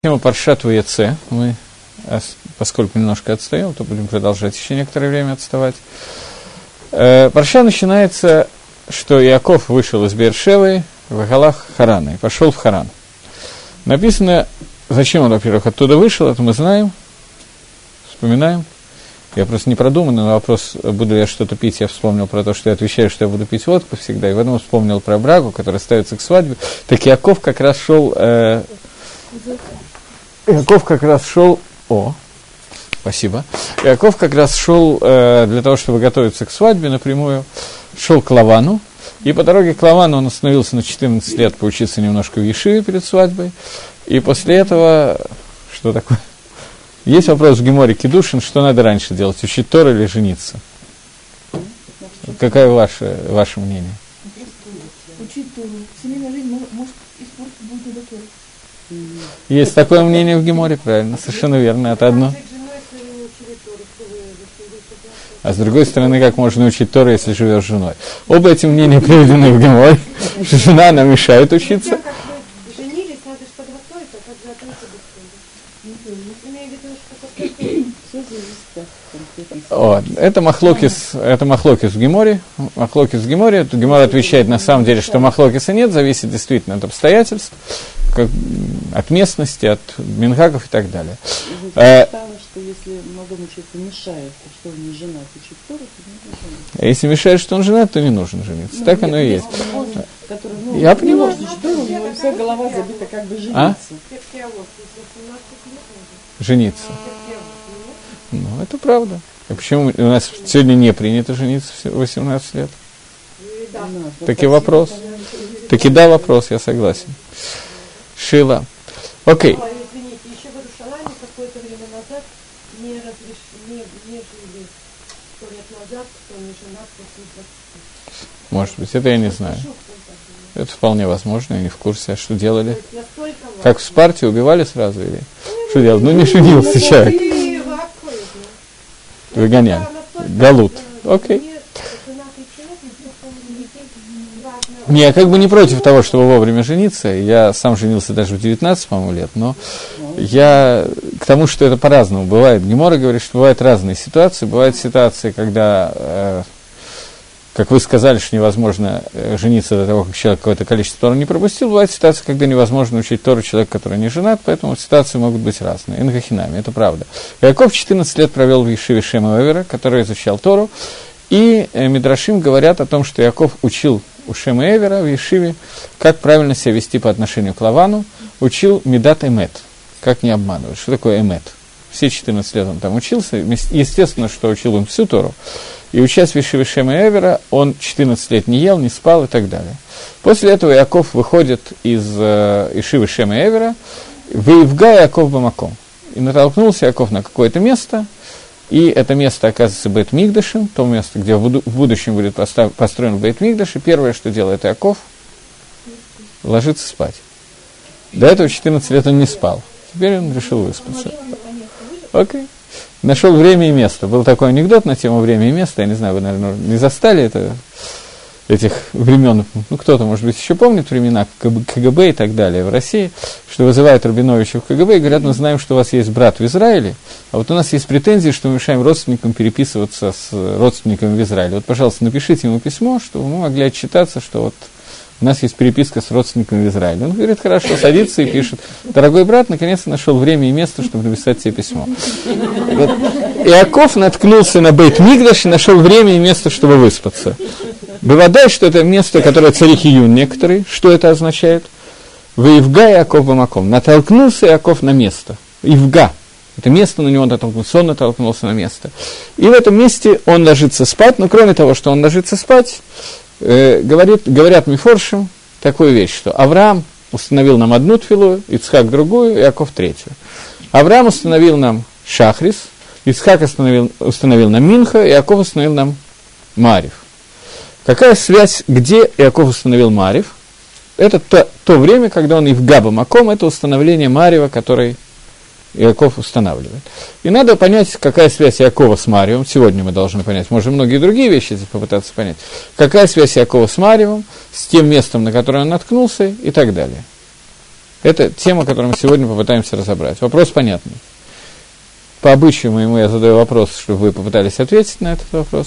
Тема Паршат Ваеце. Мы, поскольку немножко отстаем, то будем продолжать еще некоторое время отставать. Парша начинается, что Иаков вышел из Беэр-Шевы в Галах Харана и пошел в Харан. Написано, зачем он, во-первых, оттуда вышел, это мы знаем, вспоминаем. Я просто не продуманный, на вопрос, буду ли я что-то пить, я вспомнил про то, что я отвечаю, что я буду пить водку всегда, и потом вспомнил про брагу, которая ставится к свадьбе. Так Иаков как раз шел... Иаков как раз шел для того, чтобы готовиться к свадьбе напрямую, шел к Лавану, и по дороге к Лавану он остановился на 14 лет поучиться немножко в Ешиве перед свадьбой, и после этого, что такое? Есть вопрос в Геморе Кидушин, что надо раньше делать, учить Тору или жениться? Какое ваше мнение? Учить Тору. Семейная жизнь может испортить будет до Торы. Есть такое мнение в Геморе, правильно, совершенно верно, это одно. А с другой стороны, как можно учить Тору, если живешь с женой? Оба эти мнения приведены в Геморе, что жена, она мешает учиться. Женились, надо же подготовиться, как готовиться без Торы. Это махлокис в Геморе. Махлокис в Геморе. Гемор отвечает на самом деле, что махлокиса нет, зависит действительно от обстоятельств, от местности, от минхагов и так далее. Я считала, что если молодому человеку мешает, что он не женат, учить Тору, то не нужно жениться. А если мешает, что он женат, то не нужно жениться. Так оно и есть. Я понимаю. У него вся голова забита, как бы жениться. Жениться. Ну, это правда. А почему у нас сегодня не принято жениться в 18 лет? Таки вопрос. Таки да, вопрос, я согласен. Шила. Окей. Извините, еще в Иерусалиме какое-то время назад не жили 100 лет назад, кто не женат после 20. Может быть, это я не знаю. Это вполне возможно, я не в курсе. А что делали? Как в Спарте убивали сразу или? Что делали? Ну, не женился человек. Выгоняли. Галут. Окей. Не, я как бы не против того, чтобы вовремя жениться. Я сам женился даже в 19, по-моему, лет, но я к тому, что это по-разному бывает. Гемора говорит, что бывают разные ситуации. Бывают ситуации, когда, как вы сказали, что невозможно жениться до того, как человек какое-то количество Торы не пропустил. Бывают ситуации, когда невозможно учить Тору человека, который не женат, поэтому ситуации могут быть разные. Ингахинами, это правда. Иаков 14 лет провел в Ешиве Шема Эвера, который изучал Тору, и Мидрашим говорят о том, что Иаков учил у Шема Эвера в Ешиве, как правильно себя вести по отношению к Лавану, учил Медат Эмет, как не обманывать. Что такое Эмет? Все 14 лет он там учился, естественно, что учил он всю Тору, и учась в Ешиве Шема Эвера, он 14 лет не ел, не спал и так далее. После этого Иаков выходит из Ешивы Шема Эвера, «Ваивга Иаков бамаком», и натолкнулся Иаков на какое-то место, и это место оказывается Бейт-Микдашем, то место, где в будущем будет построен Бейт-Микдаш, и первое, что делает Иаков, ложится спать. До этого 14 лет он не спал. Теперь он решил выспаться. Окей. Нашел время и место. Был такой анекдот на тему время и место. Я не знаю, вы, наверное, не застали этих времен. Ну, кто-то, может быть, еще помнит времена КГБ и так далее в России, что вызывают Рабиновича в КГБ и говорят, мы знаем, что у вас есть брат в Израиле, а вот у нас есть претензии, что мы мешаем родственникам переписываться с родственниками в Израиле. Вот, пожалуйста, напишите ему письмо, чтобы мы могли отчитаться, что вот у нас есть переписка с родственниками в Израиле. Он говорит, хорошо, садится и пишет, дорогой брат, наконец-то нашел время и место, чтобы написать тебе письмо. Вот. Иаков наткнулся на Бейт-Микдаш и нашел время и место, чтобы выспаться. Бывает, что это место, которое царихиюн некоторые. Что это означает? Ваивга Иаков бамаком. Натолкнулся Иаков на место. Ивга. Это место на него натолкнулся, он натолкнулся на место. И в этом месте он ложится спать, но кроме того, что он ложится спать, говорят мифоршим такую вещь, что Авраам установил нам одну тфилу, Ицхак другую, Иаков третью. Авраам установил нам Шахрис, Ицхак установил нам Минха, Иаков установил нам Марив. Какая связь, где Иаков установил Марив? Это то время, когда он Ивга бамаком, это установление Марива, который Иаков устанавливает. И надо понять, какая связь Иакова с Маривом. Сегодня мы должны понять, можно многие другие вещи здесь попытаться понять. Какая связь Иакова с Маривом, с тем местом, на которое он наткнулся и так далее. Это тема, которую мы сегодня попытаемся разобрать. Вопрос понятный. По обычаю моему я задаю вопрос, чтобы вы попытались ответить на этот вопрос.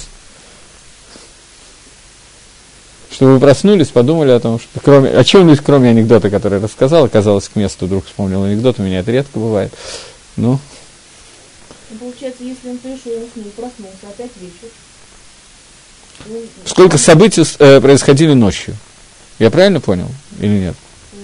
Чтобы вы проснулись, подумали о том, что о чем-нибудь, кроме анекдота, который я рассказал, оказалось, к месту вдруг вспомнил анекдот, у меня это редко бывает. Ну. Получается, если он пришел, уснул, проснулся, опять вечер. Сколько событий происходили ночью? Я правильно понял или нет?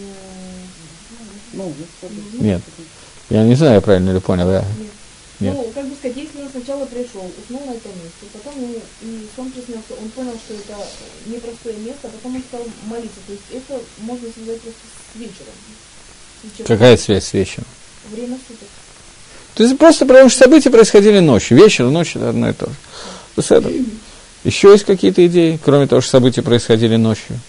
Нет. Я не знаю, я правильно ли понял. Нет. Ну, как бы сказать, если он сначала пришел, уснул на этом месте, потом и сон приснился, он понял, что это непростое место, а потом он стал молиться. То есть это можно связать просто с вечером. Какая связь с вечером? Время суток. То есть просто потому что события происходили ночью. Вечер и ночь – это одно и то же. То есть это. Еще есть какие-то идеи, кроме того, что события происходили ночью?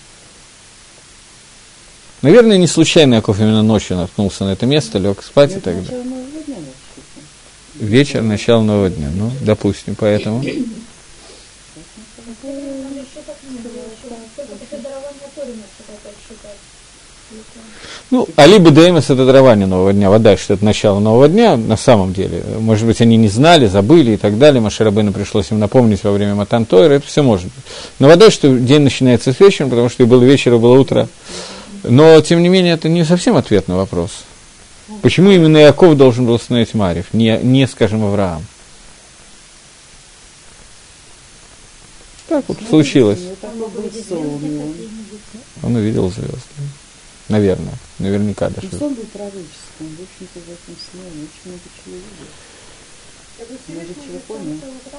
Наверное, не случайно Яков именно ночью наткнулся на это место, лег спать и так далее. Вечер, начало нового дня. Ну, допустим, поэтому. Ну, алибо деймос – это дарование нового дня, вода, что это начало нового дня, на самом деле. Может быть, они не знали, забыли и так далее, Моше Рабейну пришлось им напомнить во время Матан Тойра, это все может быть. Но вода, что день начинается с вечера, потому что и было вечер, и было утро. Но, тем не менее, это не совсем ответ на вопрос. Почему именно Иаков должен был установить Маарев, не, скажем, Авраам? Так вот случилось. Он увидел звезды. Наверное, наверняка даже. Сон был пророческим, в общем-то, в этом сне очень много чего видел. Много чего понял.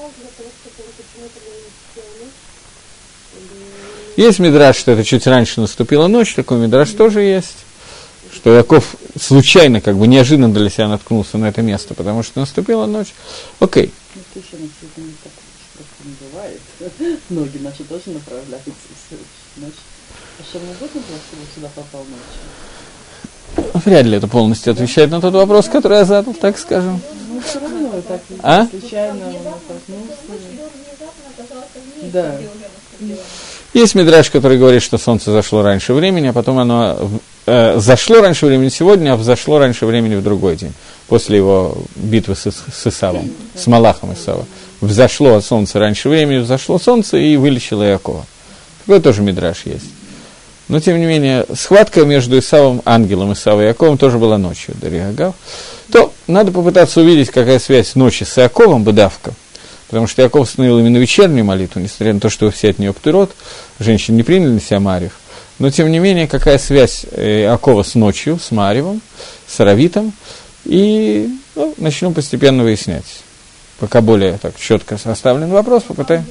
Есть мидраш, что это чуть раньше наступила ночь, такой мидраш тоже есть. Что Яков случайно, как бы неожиданно для себя наткнулся на это место, потому что наступила ночь. Окей. Ну, совершенно не так просто не бывает. Ноги наши тоже направляются в ночь. А что, угодно было, чтобы сюда попал ночью? Вряд ли это полностью отвечает на тот вопрос, который я задал, так скажем. Ну, все равно так случайно он проснулся. Да. Есть мидраш, который говорит, что солнце зашло раньше времени, а потом оно зашло раньше времени сегодня, а взошло раньше времени в другой день, после его битвы с Исавом, с Малахом Исава. Взошло солнце раньше времени, взошло солнце и вылечило Иакова. Такой тоже мидраш есть. Но, тем не менее, схватка между Исавом, ангелом Исава и Иаковом тоже была ночью, Дарьягав. То надо попытаться увидеть, какая связь ночи с Иаковом, быдавка. Потому что Иаков установил именно вечернюю молитву, несмотря на то, что все от нее птурот, женщины не приняли на себя Маарев. Но, тем не менее, какая связь Иакова с ночью, с Мааревом, с Аравитом. И начнем постепенно выяснять. Пока более так четко составлен вопрос, попытаем.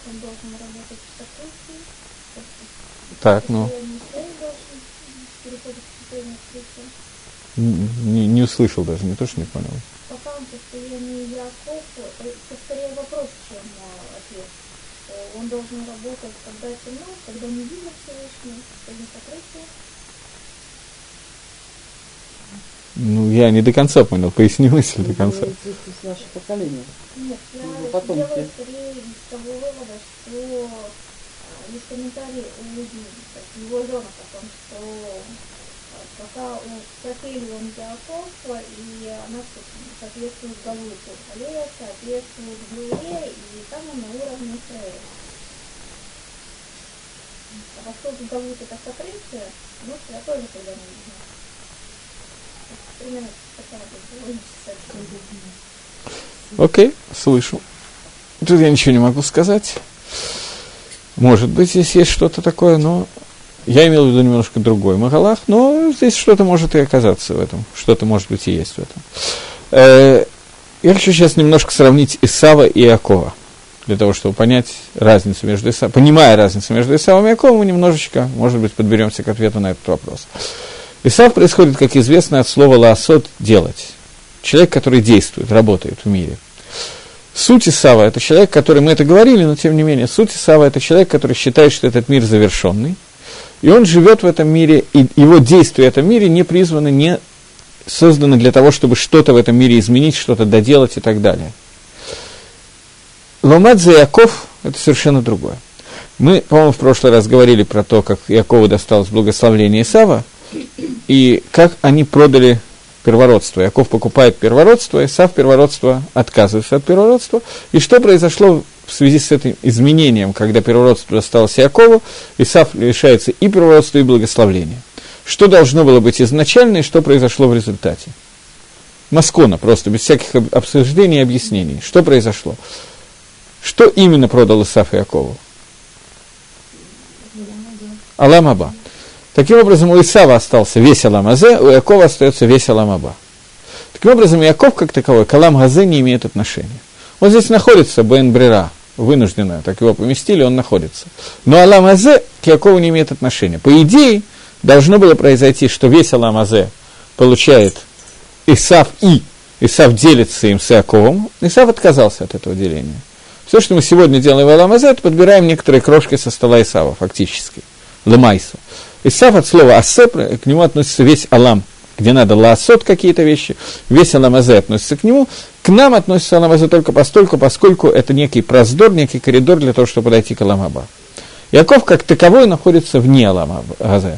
Так, ну. Не услышал даже, не то, что не понял. По самому состоянию Яков, это скорее вопрос, чем ответ. Он должен работать, когда темно, когда не видно Всевышнего, когда сокрытие. Ну, я не до конца понял, поясни мысль до конца. Это наше поколение. Нет, я делаю скорее из того вывода, что есть комментарий у его жена о том, что пока он сокрыли он Якова, и она соответствует Галуту, Алея соответствует Геуре, и там он на уровне Израиля. А поскольку Галут это сокрытие, ну, я тоже тогда не знаю. Примерно такая вот. Окей, слышу. Тут я ничего не могу сказать. Может быть, здесь есть что-то такое, но я имел в виду немножко другой Магалах, но здесь что-то может и оказаться в этом, что-то, может быть, и есть в этом. Я хочу сейчас немножко сравнить Исава и Иакова, для того, чтобы понять разницу между Исавом. Понимая разницу между Исавом и Иаковом, мы немножечко, может быть, подберемся к ответу на этот вопрос. Исав происходит, как известно, от слова «лаасот» – «делать». Человек, который действует, работает в мире. Суть Исава – это человек, который, мы это говорили, но тем не менее, суть Исава – это человек, который считает, что этот мир завершенный, и он живет в этом мире, и его действия в этом мире не призваны, не созданы для того, чтобы что-то в этом мире изменить, что-то доделать и так далее. Ломадзе Иаков – это совершенно другое. Мы, по-моему, в прошлый раз говорили про то, как Иакову досталось благословение Исава, и как они продали первородство. Яков покупает первородство, Исав первородство отказывается от первородства. И что произошло в связи с этим изменением, когда первородство досталось Якову, Исав лишается и первородства, и благословления. Что должно было быть изначально, и что произошло в результате? Маскона, просто, без всяких обсуждений и объяснений. Что произошло? Что именно продал Исав Якову? Алам Аба. Таким образом, у Исава остался весь Алам Азе, у Якова остается весь Алам Аба. Таким образом, Яков, как таковой, к Алам Азе не имеет отношения. Он здесь находится, Бен Брера, вынужденно, так его поместили, он находится. Но Алам Азе к Якову не имеет отношения. По идее, должно было произойти, что весь Алам Азе получает Исав, и Исав делится им с Яковом. Исав отказался от этого деления. Все, что мы сегодня делаем в Алам Азе, это подбираем некоторые крошки со стола Исава, фактически. Лемайса. Исав от слова «асе», к нему относится весь Алам, где надо лаасот какие-то вещи, весь Алам Азе относится к нему. К нам относится Алам Азе только постольку, поскольку это некий проздор, некий коридор для того, чтобы подойти к Алам Аба. Яков, как таковой, находится вне Алам Азе.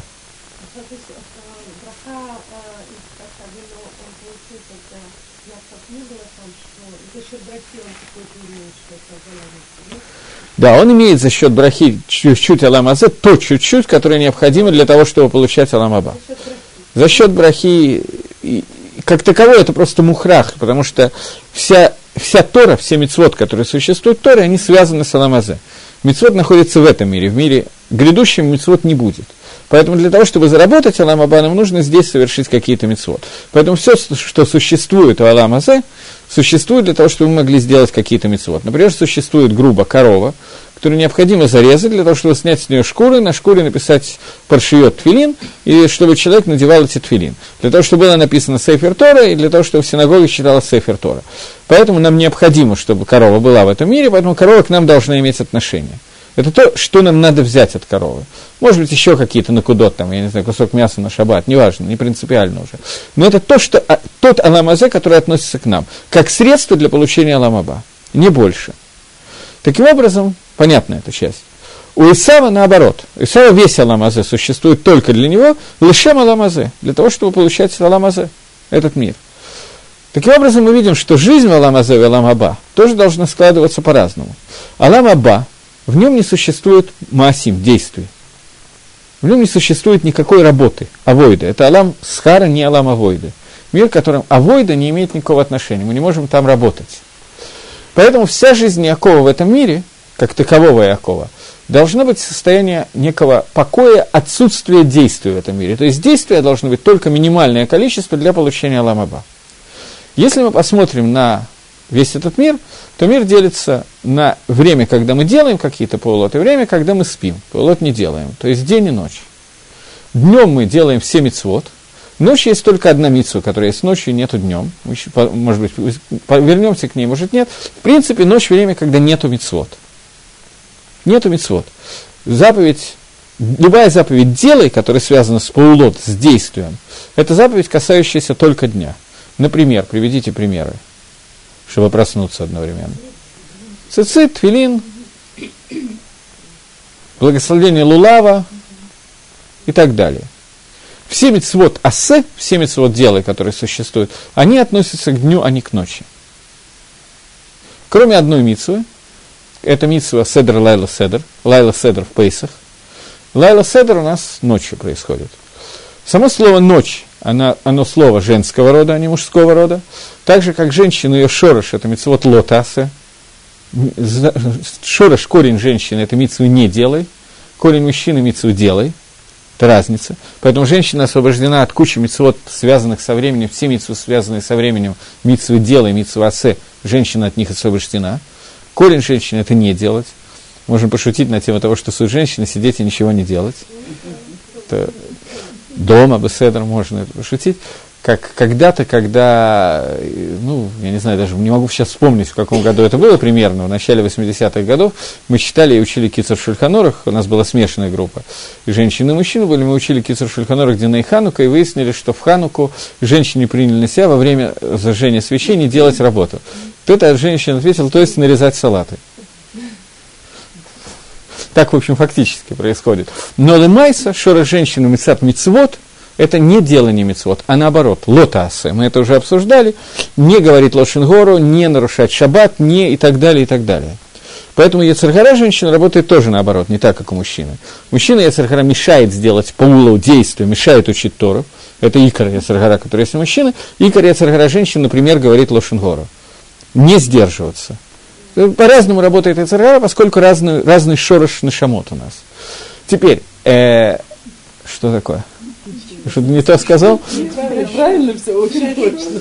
Да, он имеет за счет брахи чуть-чуть Алам Азе, то чуть-чуть, которое необходимо для того, чтобы получать Алам Аба. За счет брахи, как таковой, это просто мухрах, потому что вся Тора, все мицвот, которые существуют в Торе, они связаны с Алам Азе. Мицвот находится в этом мире, в мире грядущем мицвот не будет. Поэтому для того, чтобы заработать Алам Аба, нам нужно здесь совершить какие-то мицвот. Поэтому все, что существует в Алам Азе, существует для того, чтобы мы могли сделать какие-то мицвот. Например, существует грубо корова, которую необходимо зарезать для того, чтобы снять с нее шкуры, на шкуре написать паршиот тфилин, и чтобы человек надевал эти тфилин. Для того, чтобы было написано Сейфер Тора, и для того, чтобы в синагоге читалось Сейфер Тора. Поэтому нам необходимо, чтобы корова была в этом мире, поэтому корова к нам должна иметь отношение. Это то, что нам надо взять от коровы. Может быть, еще какие-то накудот, там, я не знаю, кусок мяса на шаббат, неважно, не принципиально уже. Но это то, что, тот Алам Азе, который относится к нам, как средство для получения Алам Аба, не больше. Таким образом, понятна эта часть. У Исава наоборот. У Исава весь Алам Азе существует только для него, лишем Алам Азе, для того, чтобы получать Алам Азе, этот мир. Таким образом, мы видим, что жизнь в Алам Азе и Алам Аба тоже должна складываться по-разному. Алам Аба, в нем не существует маасим, действий. В нем не существует никакой работы, авойда. Это Алам Схара, не Алам Авойда. Мир, в котором авойда не имеет никакого отношения. Мы не можем там работать. Поэтому вся жизнь Якова в этом мире, как такового Якова, должно быть состояние некого покоя, отсутствия действия в этом мире. То есть действия должно быть только минимальное количество для получения Алам Аба. Если мы посмотрим на весь этот мир, то мир делится на время, когда мы делаем какие-то паулот, и время, когда мы спим. Паулот не делаем, то есть день и ночь. Днем мы делаем все мицвот. Ночью есть только одна мицва, которая есть ночью, нету днем. Может быть, вернемся к ней, может нет. В принципе, ночь – время, когда нету мицвот. Нету мицвот. Любая заповедь «делай», которая связана с паулот, с действием, это заповедь, касающаяся только дня. Например, приведите примеры, чтобы проснуться одновременно. Цицит, тфилин, благословение лулава и так далее. Все мицвот асе, все мицвот делай, которые существуют, они относятся к дню, а не к ночи. Кроме одной мицвы, это мицва седр лайла седр в Пейсах. Лайла седр у нас ночью происходит. Само слово «ночь», оно слово женского рода, а не мужского рода. Так же, как женщина, ее шорош, это мицвот лотасе. Шорош, корень женщины, это мицву «не делай». Корень мужчины – мицву «делай». Это разница. Поэтому женщина освобождена от кучи мицвот, связанных со временем. Все мицвы, связанные со временем, мицву «делай», мицву «асе», женщина от них освобождена. Корень женщины – это «не делать». Можем пошутить на тему того, что суть женщины – сидеть и ничего не делать. Это дома, беседр, можно это пошутить. Как когда-то, когда, я не знаю, даже не могу сейчас вспомнить, в каком году это было примерно, в начале 80-х годов, мы читали и учили Кицур Шульхан Орух, у нас была смешанная группа, и женщины, и мужчины были, мы учили Кицур Шульхан Орух Диней Ханука, и выяснили, что в Хануку женщины приняли на себя во время зажжения свечей не делать работу. Кто-то от женщин ответил, то есть нарезать салаты. Так, в общем, фактически происходит. Но лемайса, шора женщины мицат мицвот, это не делание мицвот, а наоборот, лотаасе. Мы это уже обсуждали. Не говорить лошен гору, не нарушать шаббат, не и так далее, и так далее. Поэтому йецер гара женщина работает тоже наоборот, не так, как у мужчины. Мужчина йецер гара мешает сделать паулу действия, мешает учить Тору. Это икор йецер гара, который есть у мужчины. Икор йецер гара женщина, например, говорит лошен гору. Не сдерживаться. По-разному работает йецер гара, поскольку разный шорош нешамот у нас. Теперь, что такое? Что-то не то сказал? Правильно все, очень точно.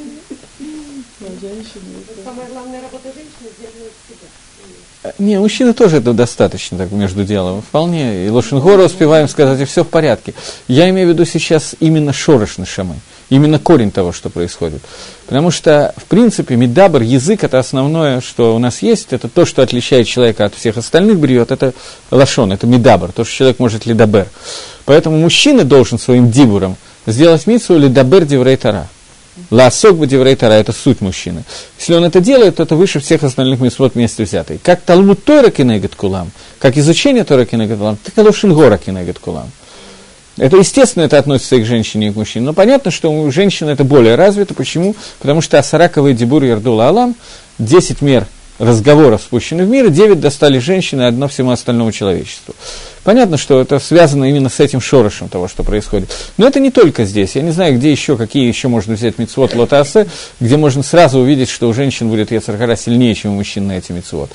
Самая главная работа женщины – сдерживать себя. Не, мужчины тоже это достаточно так между делом. Вполне. И лошен гору успеваем сказать, и все в порядке. Я имею в виду сейчас именно шорош нешамы. Именно корень того, что происходит. Потому что, в принципе, мидабр, язык, это основное, что у нас есть, это то, что отличает человека от всех остальных бриот, это лашон, это мидабр, то, что человек может лидабер. Поэтому мужчина должен своим дибуром сделать мицву лидабер диврей тара. Лаасок бы диврей тара, это суть мужчины. Если он это делает, то это выше всех остальных мицвот вместе взятых. Как Талмуд Тора кинегет кулам, как изучение Тора кинегет кулам, так и лошен гора кинегет кулам. Это, естественно, это относится и к женщине, и к мужчине. Но понятно, что у женщины это более развито. Почему? Потому что асараковый дибур ярдула алам, 10 мер разговоров спущены в мир, и 9 достали женщины, и 1 всему остальному человечеству. Понятно, что это связано именно с этим шорошем того, что происходит. Но это не только здесь. Я не знаю, где еще, какие еще можно взять мицвот лотаасе, где можно сразу увидеть, что у женщин будет йецер гара сильнее, чем у мужчин на эти мицвот.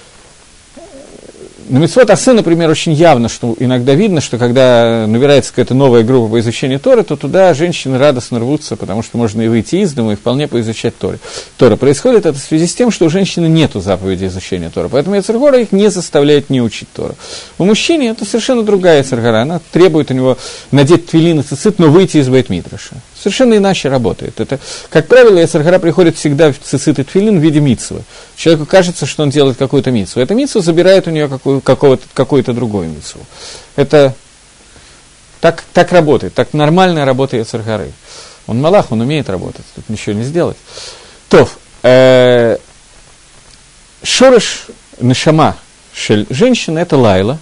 На мицвот асе, например, очень явно, что иногда видно, что когда набирается какая-то новая группа по изучению Торы, то туда женщины радостно рвутся, потому что можно и выйти из дома, и вполне поизучать Торы. Происходит это в связи с тем, что у женщины нет йецер изучения Торы, поэтому йецер гара их не заставляет не учить Тору. У мужчины это совершенно другая йецер гара, она требует у него надеть тфилин и цицит, но выйти из бейт-мидраша. Совершенно иначе работает. Это, как правило, йецер гара приходит всегда в цицит и тфилин в виде мицвы. Человеку кажется, что он делает какую-то мицву. Эта мицва забирает у нее какую-то другую мицву. Это так работает, так нормальная работа йецер гары. Он малах, он умеет работать, тут ничего не сделать. Тов, шореш нешама женщины – это лайла,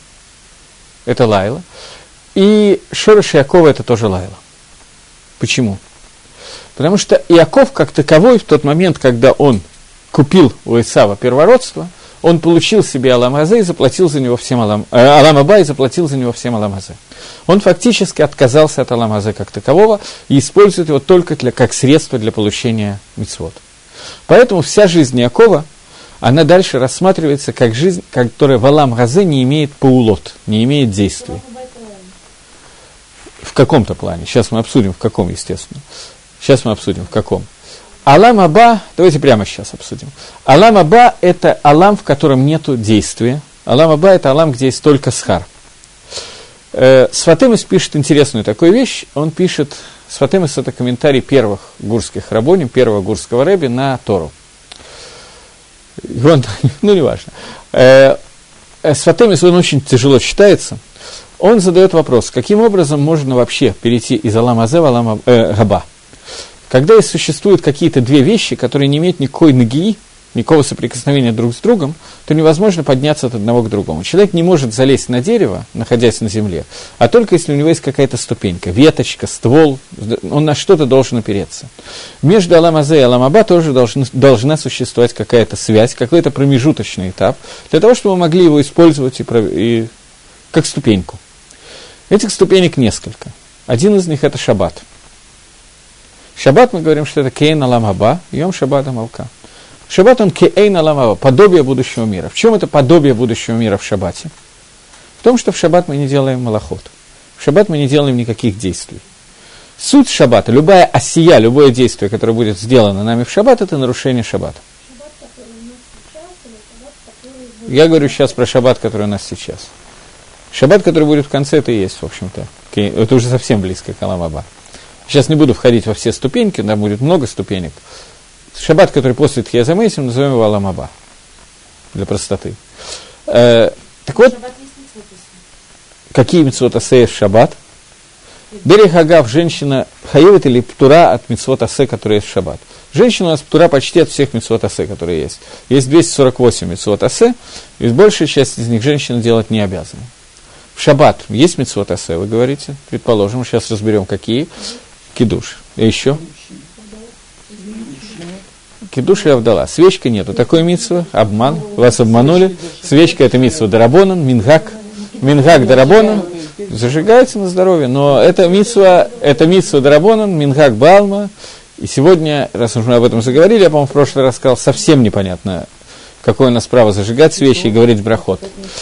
и шореш Иакова – это тоже лайла. Почему? Потому что Иаков, как таковой, в тот момент, когда он купил у Исава первородство, он получил себе Алам Азе и заплатил за него всем Алам Аба и заплатил за него всем Алам Азе. Он фактически отказался от Алам Азе как такового и использует его только как средство для получения мицвот. Поэтому вся жизнь Иакова, она дальше рассматривается как жизнь, которая в Алам Азе не имеет паулот, не имеет действий. В каком-то плане. Сейчас мы обсудим, в каком, естественно. Сейчас мы обсудим, в каком. Алам Аба, давайте прямо сейчас обсудим. Алам Аба – это алам, в котором нет действия. Алам Аба – это алам, где есть только схар. Сфатемис пишет интересную такую вещь. Он пишет, Сфатемис – это комментарий первых гурских рабоним, первого гурского рэби на Тору. Неважно. Сфатемис, он очень тяжело читается. Он задает вопрос, каким образом можно вообще перейти из Алам Азе в Алам Аба. Когда существуют какие-то две вещи, которые не имеют никакой нагии, никакого соприкосновения друг с другом, то невозможно подняться от одного к другому. Человек не может залезть на дерево, находясь на земле, а только если у него есть какая-то ступенька, веточка, ствол, он на что-то должен опереться. Между Алам Азе и Алам Аба тоже должна существовать какая-то связь, какой-то промежуточный этап, для того, чтобы мы могли его использовать и как ступеньку. Этих ступенек несколько. Один из них – это шаббат. Шаббат, мы говорим, что это кейн алам аба, йом шаббат амалка. Шаббат, он кейн алам аба, подобие будущего мира. В чем это подобие будущего мира в шаббате? В том, что в шаббат мы не делаем малахот. В шаббат мы не делаем никаких действий. Суть шаббата, любая осия, любое действие, которое будет сделано нами в шаббат, это нарушение шаббата. Шаббат, который у нас сейчас, или шаббат, который будет... Я говорю сейчас про шаббат, который у нас сейчас. Шаббат, который будет в конце, это и есть, в общем-то. Это уже совсем близко к Алам Аба. Сейчас не буду входить во все ступеньки, там будет много ступенек. Шаббат, который после Тхия Замейсим, назовем его Алам Аба. Для простоты. Так вот, какие мицвот асе в шаббат? Берег Агав, женщина хаевит или птура от мицвот асе, которые есть в шаббат. Женщина у нас птура почти от всех мицвот асе, которые есть. Есть 248 мицвот асе, и большая часть из них женщина делать не обязана. В шаббат есть мицвот асе, вы говорите, предположим, сейчас разберем, какие. Кидуш. И еще? Кидуш и Авдала. Свечка нету. Такой мицва, обман, вас обманули. Свечка – это мицва дарабонан, мингак. Мингак дарабонан, зажигается на здоровье, но это мицва дарабонан, мингак балма. И сегодня, раз уж мы об этом заговорили, я, по-моему, в прошлый раз сказал, совсем непонятно, какое у нас право зажигать свечи и говорить брахот.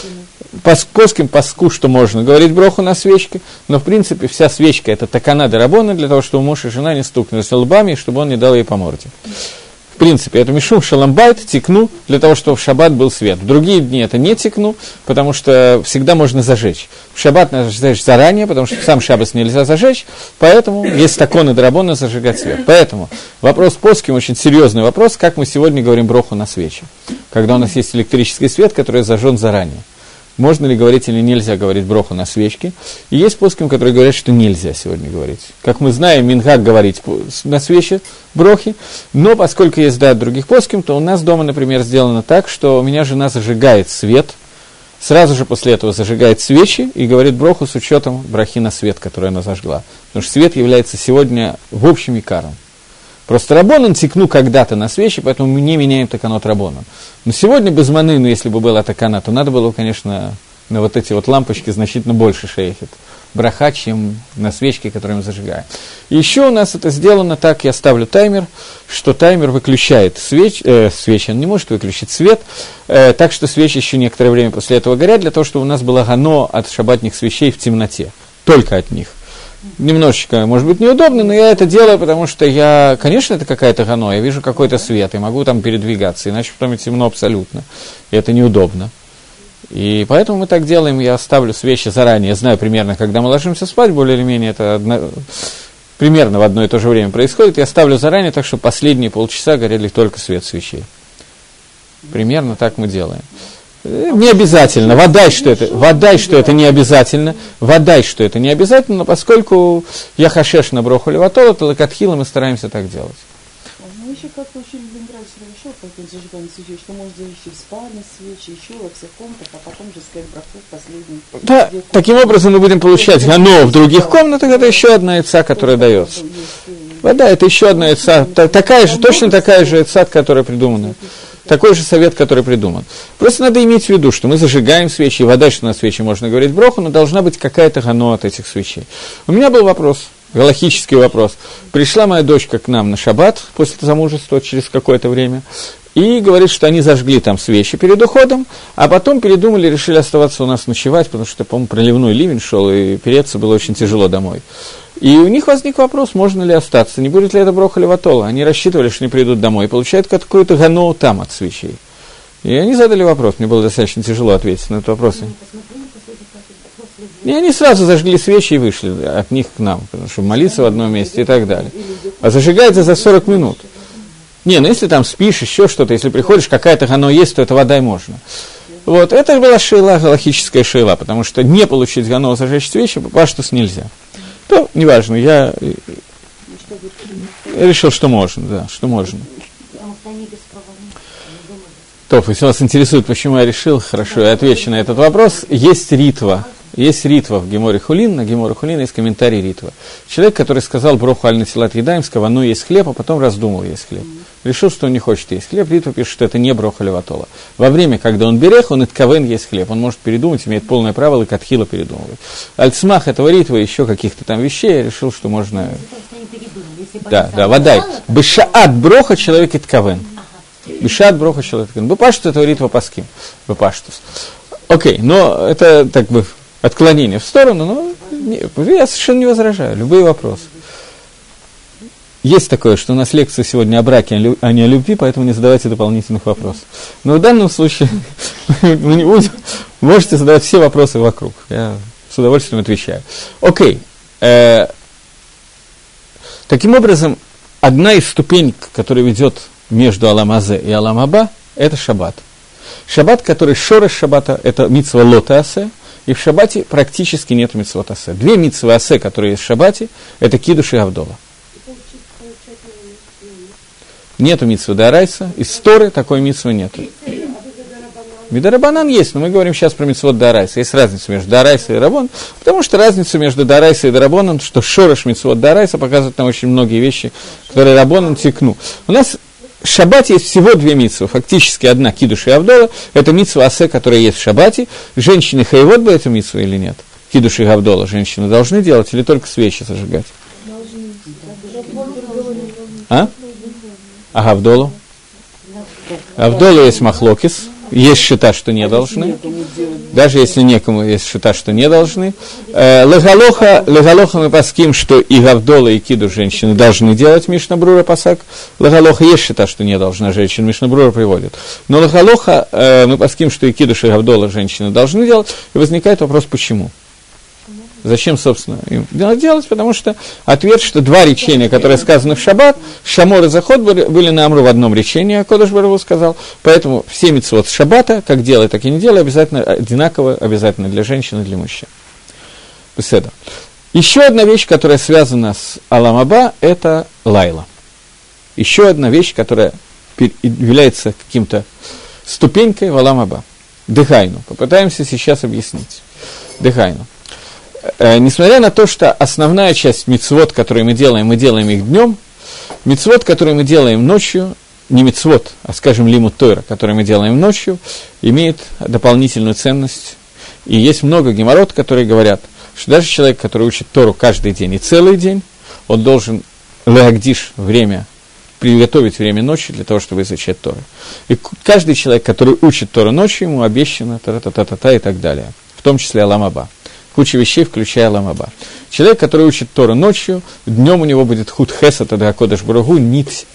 Поским паску, что можно говорить броху на свечке, но, в принципе, вся свечка – это такана дарабона для того, чтобы муж и жена не стукнулись лбами, и чтобы он не дал ей по морде. В принципе, это мишум шаламбайт, тикну, для того, чтобы в шаббат был свет. В другие дни это не тикну, потому что всегда можно зажечь. В шаббат надо зажечь заранее, потому что сам шаббат нельзя зажечь, поэтому есть таконы дарабона зажигать свет. Поэтому вопрос поским очень серьезный вопрос, как мы сегодня говорим броху на свечи, когда у нас есть электрический свет, который зажжен заранее. Можно ли говорить или нельзя говорить броху на свечке. И есть поским, которые говорят, что нельзя сегодня говорить. Как мы знаем, мингак говорить на свече брохи, но поскольку есть других поским, то у нас дома, например, сделано так, что у меня жена зажигает свет, сразу же после этого зажигает свечи и говорит броху с учетом брахи на свет, который она зажгла. Потому что свет является сегодня в общем икаром. Просто рабонан тикну когда-то на свечи, поэтому мы не меняем таканот рабонан. Но сегодня без маны, если бы была такана, то надо было, конечно, на вот эти вот лампочки значительно больше шейхет браха, чем на свечке, которую мы зажигаем. И еще у нас это сделано так, я ставлю таймер, что таймер выключает свечи, он не может выключить свет, так что свечи еще некоторое время после этого горят, для того, чтобы у нас было гано от шаббатных свечей в темноте, только от них. Немножечко, может быть, неудобно, но я это делаю, потому что конечно, это какая-то гано, я вижу какой-то свет, и могу там передвигаться, иначе потом темно абсолютно, и это неудобно. И поэтому мы так делаем, я ставлю свечи заранее, я знаю примерно, когда мы ложимся спать, более или менее это примерно в одно и то же время происходит, я ставлю заранее, так что последние полчаса горели только свет свечей. Примерно так мы делаем. Не обязательно, водай, что это не обязательно, но поскольку я хашеш на броху леватола, то лакатхила мы стараемся так делать. Мы еще как-то учили в Ленинграде хорошо, как он зажигает свечи, что можно завести в спальне свечи, еще во всех комнатах, а потом же сказать браху в последний. Да, таким образом мы будем получать гано в других комнатах, это еще одна яйца, которая дается. Вода, это еще одна яйца, точно такая же яйца, которая придумана. Такой же совет, который придуман. Просто надо иметь в виду, что мы зажигаем свечи, и вода, что на свечи можно говорить броху, но должна быть какая-то гано от этих свечей. У меня был вопрос, галахический вопрос. Пришла моя дочка к нам на шаббат после замужества, через какое-то время, и говорит, что они зажгли там свечи перед уходом, а потом передумали, решили оставаться у нас ночевать, потому что, по-моему, проливной ливень шел, и переться было очень тяжело домой. И у них возник вопрос, можно ли остаться, не будет ли это броха леватола. Они рассчитывали, что они придут домой, и получают какую-то гану там от свечей. И они задали вопрос, мне было достаточно тяжело ответить на этот вопрос. И они сразу зажгли свечи и вышли от них к нам, потому что молиться в одном месте и так далее. А зажигается за 40 минут. Ну если там спишь, еще что-то, если приходишь, какая-то гано есть, то это вода и можно. Вот, это была шейла, галахическая шейла, потому что не получить гано, зажечь свечи, паштус нельзя. То, неважно, я решил, что можно, да, что можно. То, если вас интересует, почему я решил, хорошо, я отвечу на этот вопрос. Есть ритва в Геморе Хулин, на Геморе Хулин есть комментарий ритва. Человек, который сказал броху аль-натилат едаем, сказал, ну есть хлеб, а потом раздумал, есть хлеб. Решил, что он не хочет есть хлеб, ритва пишет, что это не броха леватола. Во время, когда он берех, он иткавен есть хлеб, он может передумать, имеет полное право лакатхила передумывать. Аль-цмах этого ритва, еще каких-то там вещей, я решил, что можно... Да, водай. Бешаат броха человек иткавен. Бешаат броха человек иткавен. Бепаштус этого ритва паским. Бепаштус. Окей, но это так бы отклонение в сторону, но я совершенно не возражаю. Любые вопросы. Есть такое, что у нас лекция сегодня о браке, а не о любви, поэтому не задавайте дополнительных вопросов. Но в данном случае мы не будем. Можете задавать все вопросы вокруг. Я с удовольствием отвечаю. Окей. Таким образом, одна из ступеней, которая ведет между Алам Азе и Алам Аба, это шаббат. Шаббат, который шореш шаббата, это мицва лота асе, и в шаббате практически нет мицвот асе. Две мицвы асе, которые есть в шаббате, это кидуш и авдола. Нету мицвы дарайса, из Торы такой мицвы нету. Мидарабанан есть, но мы говорим сейчас про мицвот д'орайса. Есть разница между д'орайса и рабон, потому что разница между д'орайса и дарабонан, что шорош мицвот д'орайса показывает нам очень многие вещи, которые рабонан тикну. У нас в шаббате есть всего две мицвы, фактически одна кидуш и авдола, это мицва асе, которая есть в шаббате. Женщины хаевод бы эту мицву или нет? Кидуш и авдола женщины должны делать или только свечи зажигать? А? А авдолу? Авдола есть махлокис. Есть шита, что не должны. Даже если некому, есть шита, что не должны. Легалоха мы паским, что и гавдола, и киду женщины должны делать, Мишна Брура пасак. Легалоха есть шита, что не должна женщина, Мишна Брура приводит. Но легалоха мы паским, что и кидуш, и гавдола женщины должны делать. И возникает вопрос, почему? Зачем, собственно, им делать? Потому что ответ, что два речения, которые сказаны в шаббат, Шамор и Заход были на Амру в одном речении, а Кодеш Барух сказал. Поэтому все мицвот шаббата, как делай, так и не делай, обязательно одинаково, обязательно для женщин и для мужчин. Беседа. Еще одна вещь, которая связана с Алам Аба, это лайла. Еще одна вещь, которая является каким-то ступенькой в Алам Аба. Дыхайну. Попытаемся сейчас объяснить. Дыхайну. Несмотря на то, что основная часть мицвот, которые мы делаем их днем, мицвот, которые мы делаем ночью, не мицвот, а, скажем, лимут Тойра, который мы делаем ночью, имеет дополнительную ценность. И есть много геморрот, которые говорят, что даже человек, который учит Тору каждый день и целый день, он должен леагдиш время, приготовить время ночи для того, чтобы изучать Тору. И каждый человек, который учит Тору ночью, ему обещано та-та-та-та-та и так далее, в том числе Алам Аба. Куча вещей, включая Алам Аба. Человек, который учит Тору ночью, днем у него будет худ хесада, да Кодеш Баругу, нить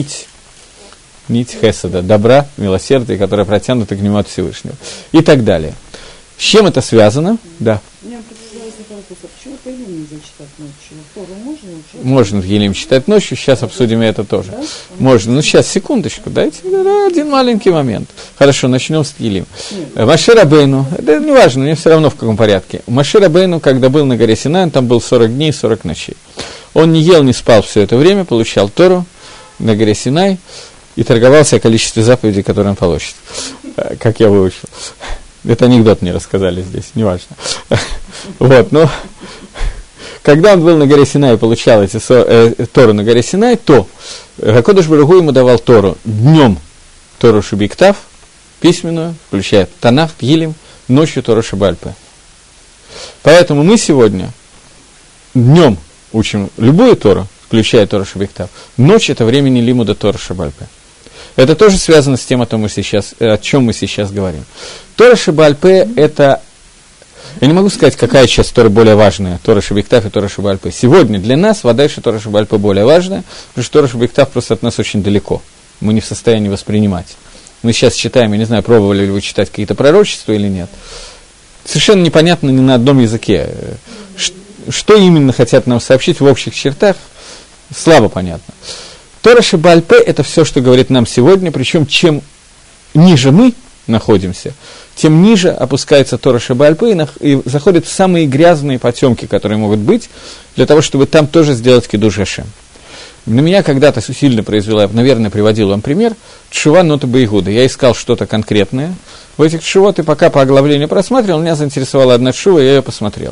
хесада, добра, милосердия, которая протянута к нему от Всевышнего. И так далее. С чем это связано? Да. Почему Таилим нельзя читать ночью? Тору можно учить? Можно Таилим читать ночью, сейчас обсудим это тоже. Да? Можно. Ну, сейчас, секундочку, дайте один маленький момент. Хорошо, начнем с Таилим. Моше Рабейну, это не важно, мне все равно в каком порядке. Моше Рабейну, когда был на горе Синай, он там был 40 дней, 40 ночей. Он не ел, не спал все это время, получал Тору на горе Синай и торговался о количестве заповедей, которые он получит. Как я выучил. Это анекдот мне рассказали здесь, неважно. Вот, но когда он был на горе Синай и получал эти Тору на горе Синай, то Кодеш Барух Ху ему давал Тору днем Тору Шебиктав, письменную, включая Танах, Тилим, ночью Тору Шебальпе. Поэтому мы сегодня днем учим любую Тору, включая Тору Шебиктав, ночь – это времени лимуда Тору Шебальпе. Это тоже связано с тем, о чем мы сейчас говорим. Тора Шебальпе – это... Я не могу сказать, какая часть Торы более важная, Тора Шебиктав и Тора Шебальпе. Сегодня для нас, Вадайша, Тора Шебальпе более важная, потому что Тора Шебиктав просто от нас очень далеко. Мы не в состоянии воспринимать. Мы сейчас читаем, я не знаю, пробовали ли вы читать какие-то пророчества или нет. Совершенно непонятно ни на одном языке. Что именно хотят нам сообщить в общих чертах, слабо понятно. Тора Шебальпе – это все, что говорит нам сегодня, причем чем ниже мы находимся, тем ниже опускается Тора Шебальпе и заходит в самые грязные потемки, которые могут быть, для того, чтобы там тоже сделать кидуш Ашем. На меня когда-то сильно произвела, я, наверное, приводил вам пример, тшува нота бейгуда. Я искал что-то конкретное в этих тшувот, и пока по оглавлению просматривал, меня заинтересовала одна тшува, я ее посмотрел.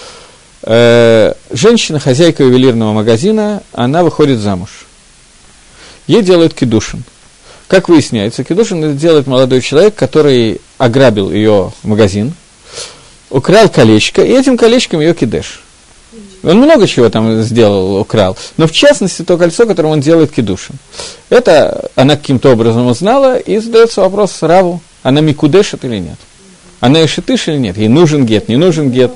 Женщина, хозяйка ювелирного магазина, она выходит замуж. Ей делают кидушин. Как выясняется, кидушин это делает молодой человек, который ограбил ее магазин, украл колечко, и этим колечком ее кидеш. Он много чего там сделал, украл, но в частности то кольцо, которым он делает кидушин. Это она каким-то образом узнала, и задается вопрос Раву, она микудешит или нет? Она ишитыш или нет? Ей нужен гет, не нужен гет?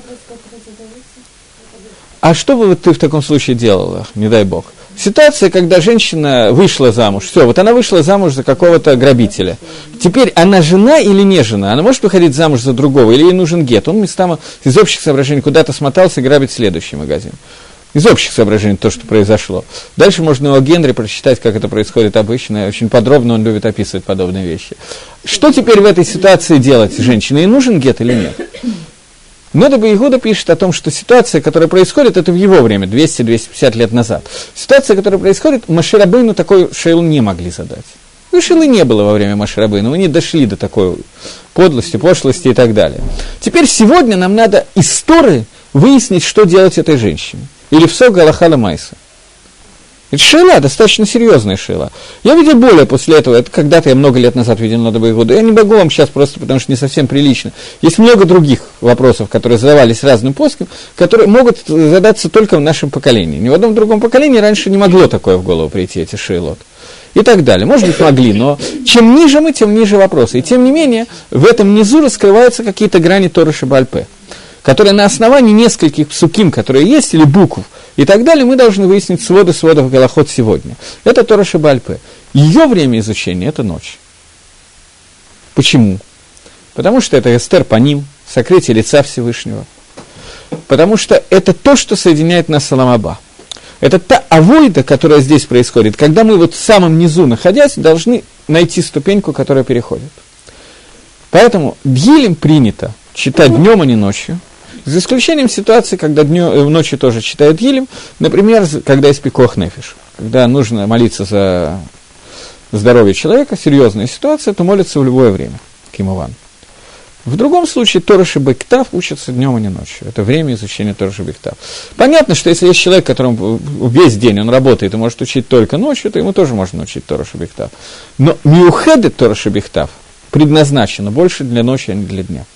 А что бы вот ты в таком случае делала, не дай бог? Ситуация, когда женщина вышла замуж, все, вот она вышла замуж за какого-то грабителя. Теперь она жена или не жена? Она может выходить замуж за другого, или ей нужен гет? Он местами из общих соображений куда-то смотался и грабит следующий магазин. Из общих соображений то, что произошло. Дальше можно у Генри прочитать, как это происходит обычно. Очень подробно он любит описывать подобные вещи. Что теперь в этой ситуации делать женщине? Ей нужен гет или нет? Нода Бейгуда пишет о том, что ситуация, которая происходит, это в его время, 200-250 лет назад. Ситуация, которая происходит, Моше Рабейну такой шейл не могли задать. Ну, Шилы не было во время Моше Рабейну, мы не дошли до такой подлости, пошлости и так далее. Теперь сегодня нам надо из Торы выяснить, что делать этой женщине. Или в Сог Галаха Ламайса. Это шейла, достаточно серьезная шейла. Я видел более после этого, это когда-то я много лет назад видел на Добрый. Я не могу вам сейчас просто, потому что не совсем прилично. Есть много других вопросов, которые задавались разным плоским, которые могут задаться только в нашем поколении. Ни в одном другом поколении раньше не могло такое в голову прийти, эти шейлот. И так далее. Может быть, могли, но чем ниже мы, тем ниже вопросы. И тем не менее, в этом низу раскрываются какие-то грани Торы Шебааль-Пе, которые на основании нескольких псуким, которые есть, или букв, и так далее, мы должны выяснить сводов Галахот сегодня. Это Тора Шебааль-Пе. Ее время изучения – это ночь. Почему? Потому что это Эстер Паним, сокрытие лица Всевышнего. Потому что это то, что соединяет нас с Олам Аба. Это та авойда, которая здесь происходит, когда мы вот в самом низу, находясь, должны найти ступеньку, которая переходит. Поэтому Дгилем принято читать днем, а не ночью. За исключением ситуации, когда ночью тоже читают Дгилем, например, когда есть пикох нефиш, когда нужно молиться за здоровье человека, серьезная ситуация, то молятся в любое время, кимуван. В другом случае Тора Шебектав учится днем, а не ночью. Это время изучения Тора Шебектав. Понятно, что если есть человек, которому весь день он работает и может учить только ночью, то ему тоже можно учить Тора Шебектав. Но миухедет Тора Шебектав предназначено больше для ночи, а не для дня.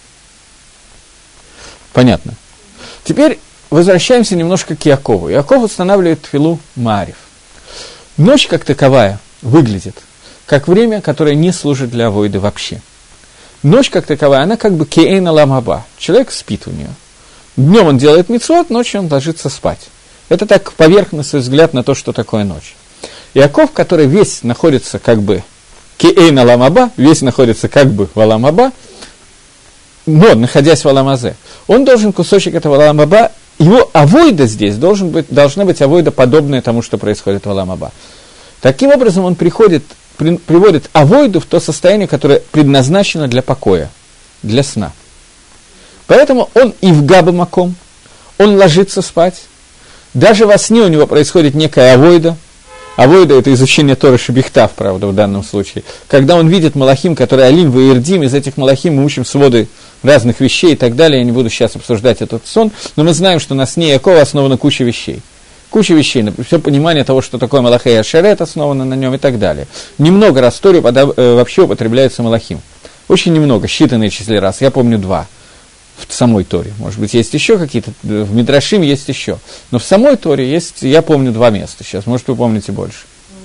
Понятно. Теперь возвращаемся немножко к Якову. Яков устанавливает тфилу Маарив. Ночь как таковая выглядит как время, которое не служит для авойды вообще. Ночь как таковая, она как бы кеэйн олам хаба. Человек спит у нее. Днем он делает мицвот, ночью он ложится спать. Это так поверхностный взгляд на то, что такое ночь. Яков, который весь находится как бы кеэйн олам хаба, весь находится как бы в олам хаба, но находясь в олам азе, он должен кусочек этого олам хаба, его авойда здесь должна быть авойда, подобная тому, что происходит в олам хаба. Таким образом, он приводит авойду в то состояние, которое предназначено для покоя, для сна. Поэтому он и в габа маком, он ложится спать. Даже во сне у него происходит некая авойда. Авойда – это изучение Торы Шебехтав, правда, в данном случае. Когда он видит малахим, которые алим ваирдим, из этих малахим мы учим своды разных вещей и так далее. Я не буду сейчас обсуждать этот сон, но мы знаем, что на сне Якова основана куча вещей. Куча вещей, например, все понимание того, что такое Малахей Ашерет, основано на нем и так далее. Немного раз в Торе вообще употребляется Малахим. Очень немного, считанные числе раз. Я помню 2 в самой Торе. Может быть, есть еще какие-то, в Мидрашим есть еще. Но в самой Торе есть, я помню 2 места сейчас, может, вы помните больше.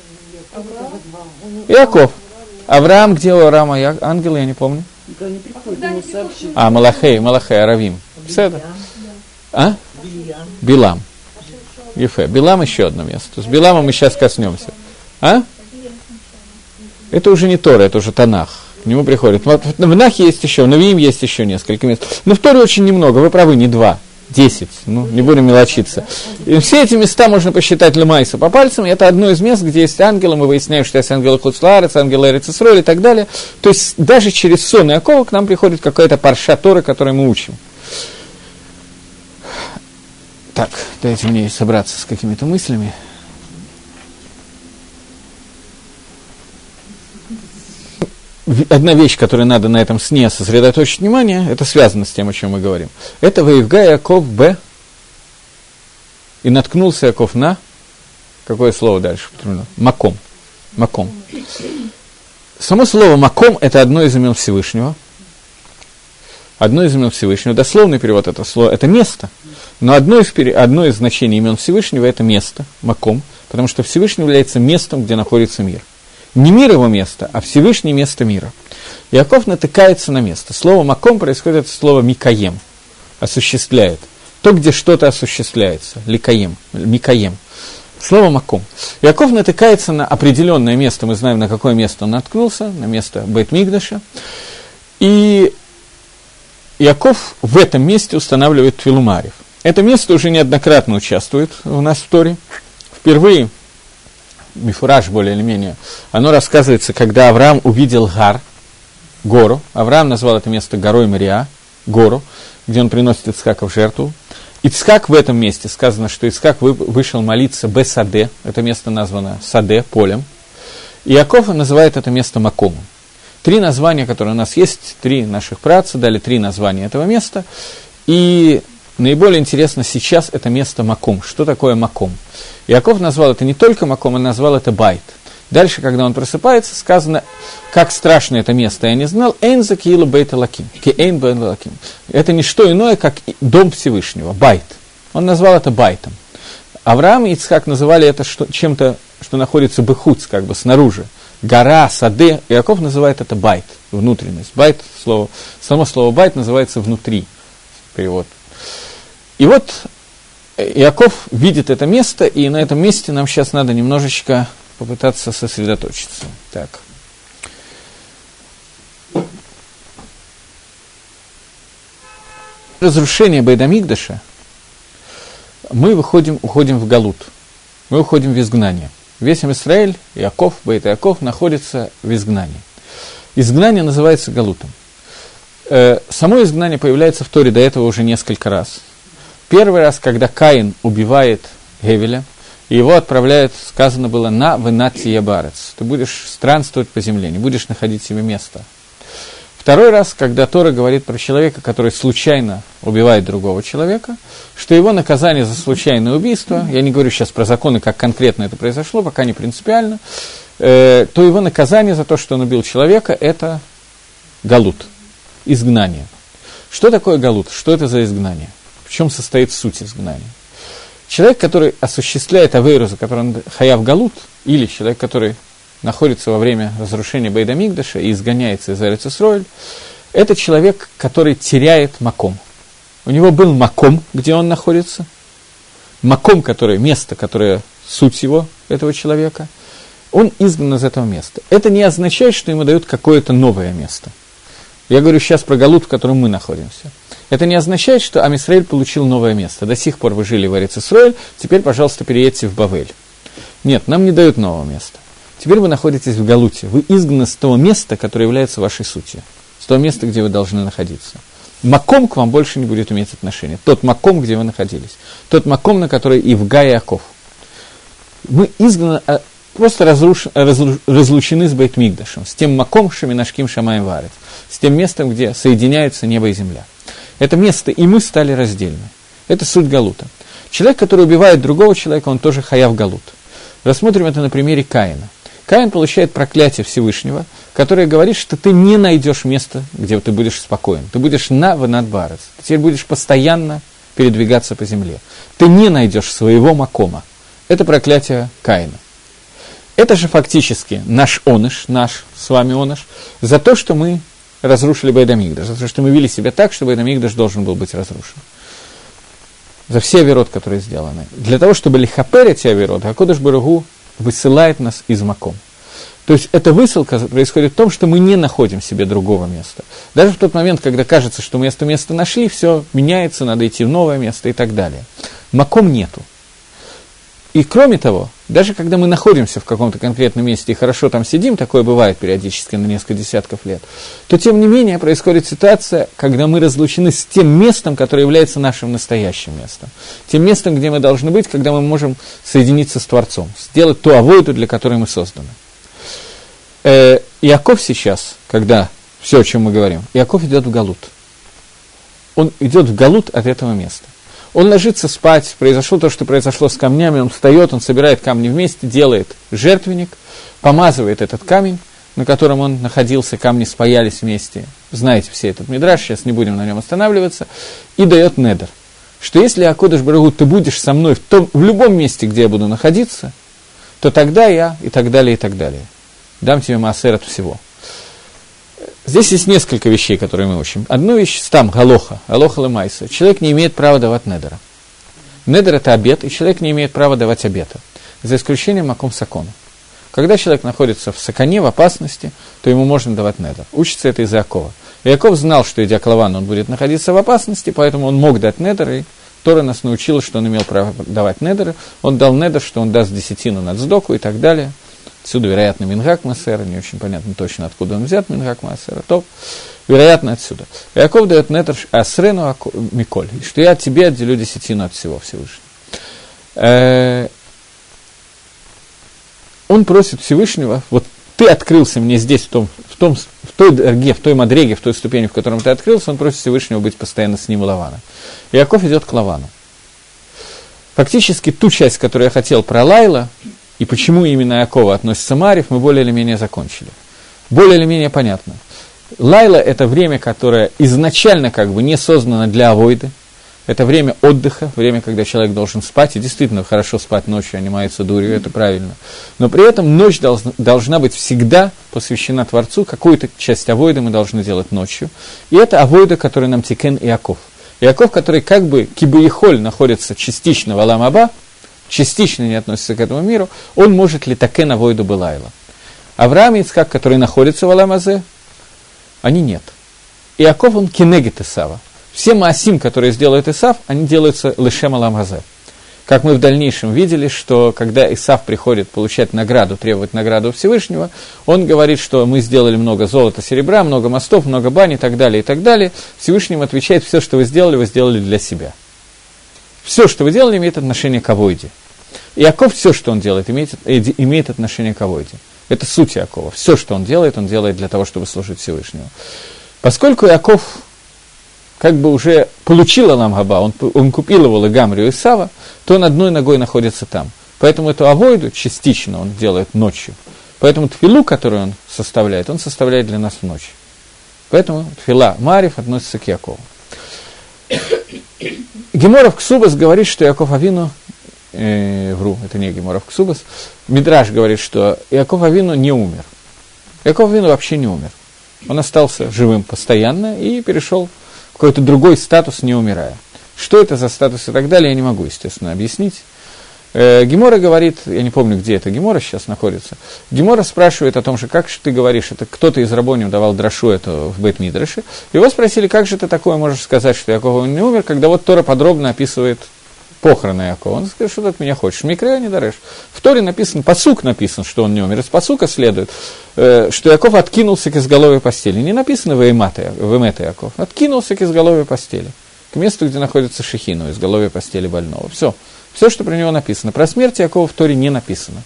Яков. Авраам, где у Авраама ангелы, я не помню. Малахей, Аравим. А? Билам. Ефе. Билам еще одно место. С Биламом мы сейчас коснемся. А? Это уже не Тора, это уже Танах. К нему приходит. В Нахе есть еще, в Навиим есть еще несколько мест. Но в Торе очень немного, вы правы, не 2, 10. Ну, не будем мелочиться. И все эти места можно посчитать лемайса по пальцам. Это одно из мест, где есть ангелы. Мы выясняем, что есть ангелы Хуцлаарец, ангелы Эрец Исроэль и так далее. То есть даже через сон Якова к нам приходит какая-то парша Торы, которую мы учим. Так, дайте мне собраться с какими-то мыслями. Одна вещь, которой надо на этом сне сосредоточить внимание, это связано с тем, о чем мы говорим. Это «Ваивга Яков Б». И наткнулся Яков на... Какое слово дальше? Маком. Маком. Само слово «маком» – это одно из имен Всевышнего. Одно из имен Всевышнего. Дословный перевод этого слова – это место. Но одно из значений имен Всевышнего – это место, маком, потому что Всевышний является местом, где находится мир. Не мир его место, а Всевышний место мира. Яков натыкается на место. Слово маком происходит от слова микаем, осуществляет. То, где что-то осуществляется, ликаем, микаем. Слово маком. Яков натыкается на определенное место, мы знаем, на какое место он наткнулся, на место Бейт-Микдаша. И Яков в этом месте устанавливает тфилу Маарив. Это место уже неоднократно участвует у нас в Торе. Впервые, мифураж более или менее, оно рассказывается, когда Авраам увидел Гар, гору. Авраам назвал это место горой Мориа, гору, где он приносит Ицхака в жертву. Ицхак в этом месте, сказано, что Ицхак вышел молиться Бесаде, это место названо Саде, полем. Иаков называет это место Макомом. 3 названия, которые у нас есть, 3 наших праотца дали 3 названия этого места. И наиболее интересно сейчас это место Маком. Что такое Маком? Иаков назвал это не только Маком, он назвал это Байт. Дальше, когда он просыпается, сказано, как страшно это место, я не знал, «Эйн за киилу бейт элоким», «Ки-эйн бейт элоким». Это не что иное, как дом Всевышнего, Байт. Он назвал это Байтом. Авраам и Ицхак называли это чем-то, что находится бехуц, как бы снаружи. Гора, саде. Иаков называет это Байт, внутренность. Байт, само слово Байт называется внутри, перевод. И вот Иаков видит это место, и на этом месте нам сейчас надо немножечко попытаться сосредоточиться. Так. Разрушение Бейт-Амикдаша мы уходим в Галут, мы уходим в изгнание. Весь Израиль, Иаков, Бейт-Иаков находится в изгнании. Изгнание называется Галутом. Само изгнание появляется в Торе до этого уже несколько раз. Первый раз, когда Каин убивает Гевеля, и его отправляют, сказано было, на венати ябарец. Ты будешь странствовать по земле, не будешь находить себе места. Второй раз, когда Тора говорит про человека, который случайно убивает другого человека, что его наказание за случайное убийство, я не говорю сейчас про законы, как конкретно это произошло, пока не принципиально, то его наказание за то, что он убил человека, это галут, изгнание. Что такое галут? Что это за изгнание? В чем состоит суть изгнания? Человек, который осуществляет авейру, за которым он хаяв галут, или человек, который находится во время разрушения Бейт-Амикдаша и изгоняется из Эрец-Исроэль, это человек, который теряет маком. У него был маком, где он находится, маком, место, которое суть его, этого человека, он изгнан из этого места. Это не означает, что ему дают какое-то новое место. Я говорю сейчас про галут, в котором мы находимся. Это не означает, что Ам Исраэль получил новое место. До сих пор вы жили в Эрец-Исроэль, теперь, пожалуйста, переедьте в Бавель. Нет, нам не дают нового места. Теперь вы находитесь в Галуте. Вы изгнаны с того места, которое является вашей сутью. С того места, где вы должны находиться. Маком к вам больше не будет иметь отношения. Тот маком, где вы находились. Тот маком, на который Ивга и Иаков. Мы изгнаны, просто разлучены с Бейт-Микдашем. С тем маком, шаминашким шамаем варец. С тем местом, где соединяются небо и земля. Это место, и мы стали раздельны. Это суть Галута. Человек, который убивает другого человека, он тоже хаяв Галут. Рассмотрим это на примере Каина. Каин получает проклятие Всевышнего, которое говорит, что ты не найдешь места, где ты будешь спокоен. Ты будешь на венат барец. Ты теперь будешь постоянно передвигаться по земле. Ты не найдешь своего макома. Это проклятие Каина. Это же фактически наш оныш, наш с вами оныш, за то, что мы разрушили Бейт-Амикдаш, за то, что мы вели себя так, что Бейт-Амикдаш должен был быть разрушен. За все авирот, которые сделаны. Для того, чтобы лихапер эти авирот, Акодыш Барух Ху высылает нас из Маком. То есть эта высылка происходит в том, что мы не находим себе другого места. Даже в тот момент, когда кажется, что мы это место нашли, все меняется, надо идти в новое место и так далее. Маком нету. И кроме того, даже когда мы находимся в каком-то конкретном месте и хорошо там сидим, такое бывает периодически на несколько десятков лет, то тем не менее происходит ситуация, когда мы разлучены с тем местом, которое является нашим настоящим местом. Тем местом, где мы должны быть, когда мы можем соединиться с Творцом, сделать ту авойду, для которой мы созданы. Иаков сейчас, когда все, о чем мы говорим, Иаков идет в Галут. Он идет в Галут от этого места. Он ложится спать, произошло то, что произошло с камнями, он встает, он собирает камни вместе, делает жертвенник, помазывает этот камень, на котором он находился, камни спаялись вместе. Знаете все этот мидраш, сейчас не будем на нем останавливаться, и дает недер, что если, Акодыш Барух Ху, ты будешь со мной в любом месте, где я буду находиться, то тогда я и так далее, и так далее. Дам тебе маасер от всего. Здесь есть несколько вещей, которые мы учим. Одну вещь, там, галоха, алоха лемайса. Человек не имеет права давать недера. Недер – это обет, и человек не имеет права давать обета. За исключением маком сакона. Когда человек находится в саконе, в опасности, то ему можно давать недер. Учится это из Иакова. Иаков знал, что идя к Лавану, он будет находиться в опасности, поэтому он мог дать недер, и Тора нас научила, что он имел право давать недеры. Он дал недер, что он даст десятину на цдоку и так далее. Отсюда, вероятно, Мингак Маасера, не очень понятно точно, откуда он взят, Мингак Маасера, то, вероятно, отсюда. Иаков дает недер Асрену Миколь, что я тебе отделю десятину от всего Всевышнего. Он просит Всевышнего, вот ты открылся мне здесь, в той дороге, в той мадреге, в той ступени, в котором ты открылся, он просит Всевышнего быть постоянно с ним у Лавана. Иаков идет к Лавану. Фактически ту часть, которую я хотел про Лайла, и почему именно Иакова относится Марив, мы более или менее закончили. Более или менее понятно. Лайла – это время, которое изначально как бы не создано для авойды. Это время отдыха, время, когда человек должен спать, и действительно хорошо спать ночью, а не маяться дурью, это правильно. Но при этом ночь должна быть всегда посвящена Творцу, какую-то часть авойды мы должны делать ночью. И это авойда, которую нам тикен Иаков. Иаков, который как бы кибаихоль находится частично в Алам Аба, частично не относится к этому миру, он может ли такен авойду Белайла. Авраам и Ицхак, которые находятся в Алам Азе, они нет. Иаков, он кинегит Исава. Все маасим, которые сделает Исав, они делаются лешем алам хазе. Как мы в дальнейшем видели, что когда Исав приходит получать награду, требовать награду Всевышнего, он говорит, что мы сделали много золота, серебра, много мостов, много бань и так далее, и так далее. Всевышнему отвечает, все, что вы сделали для себя. Все, что вы делали, имеет отношение к авойде. Иаков, все, что он делает, имеет отношение к авойде. Это суть Иакова. Все, что он делает для того, чтобы служить Всевышнему. Поскольку Иаков как бы уже получил Алам Хаба, он купил его Легамри у Исава, то он одной ногой находится там. Поэтому эту авойду частично он делает ночью. Поэтому тфилу, которую он составляет для нас в ночь. Поэтому тфила Марив относится к Якову. Геморов Ксубас говорит, что Иаков Авину, это не Геморов Ксубас, Мидраш говорит, что Иаков Авину не умер. Иаков Авину вообще не умер. Он остался живым постоянно и перешел какой-то другой статус, не умирая. Что это за статус и так далее, я не могу, естественно, объяснить. Гемора говорит, я не помню, где это Гемора сейчас находится, Гемора спрашивает о том, что как же ты говоришь, это кто-то из рабоним давал драшу это в Бейт-Мидраше, его спросили, как же ты такое можешь сказать, что Иаков не умер, когда вот Тора подробно описывает похороны Иакова. Он сказал, что ты от меня хочешь, микрея не дарешь. В Торе написан, пасук написан, что он не умер. Из пасука следует, что Иаков откинулся к изголовью постели. Не написано в Эмете Иаков. Откинулся к изголовью постели. К месту, где находится Шехину, изголовье постели больного. Все, что про него написано. Про смерть Иакова в Торе не написано.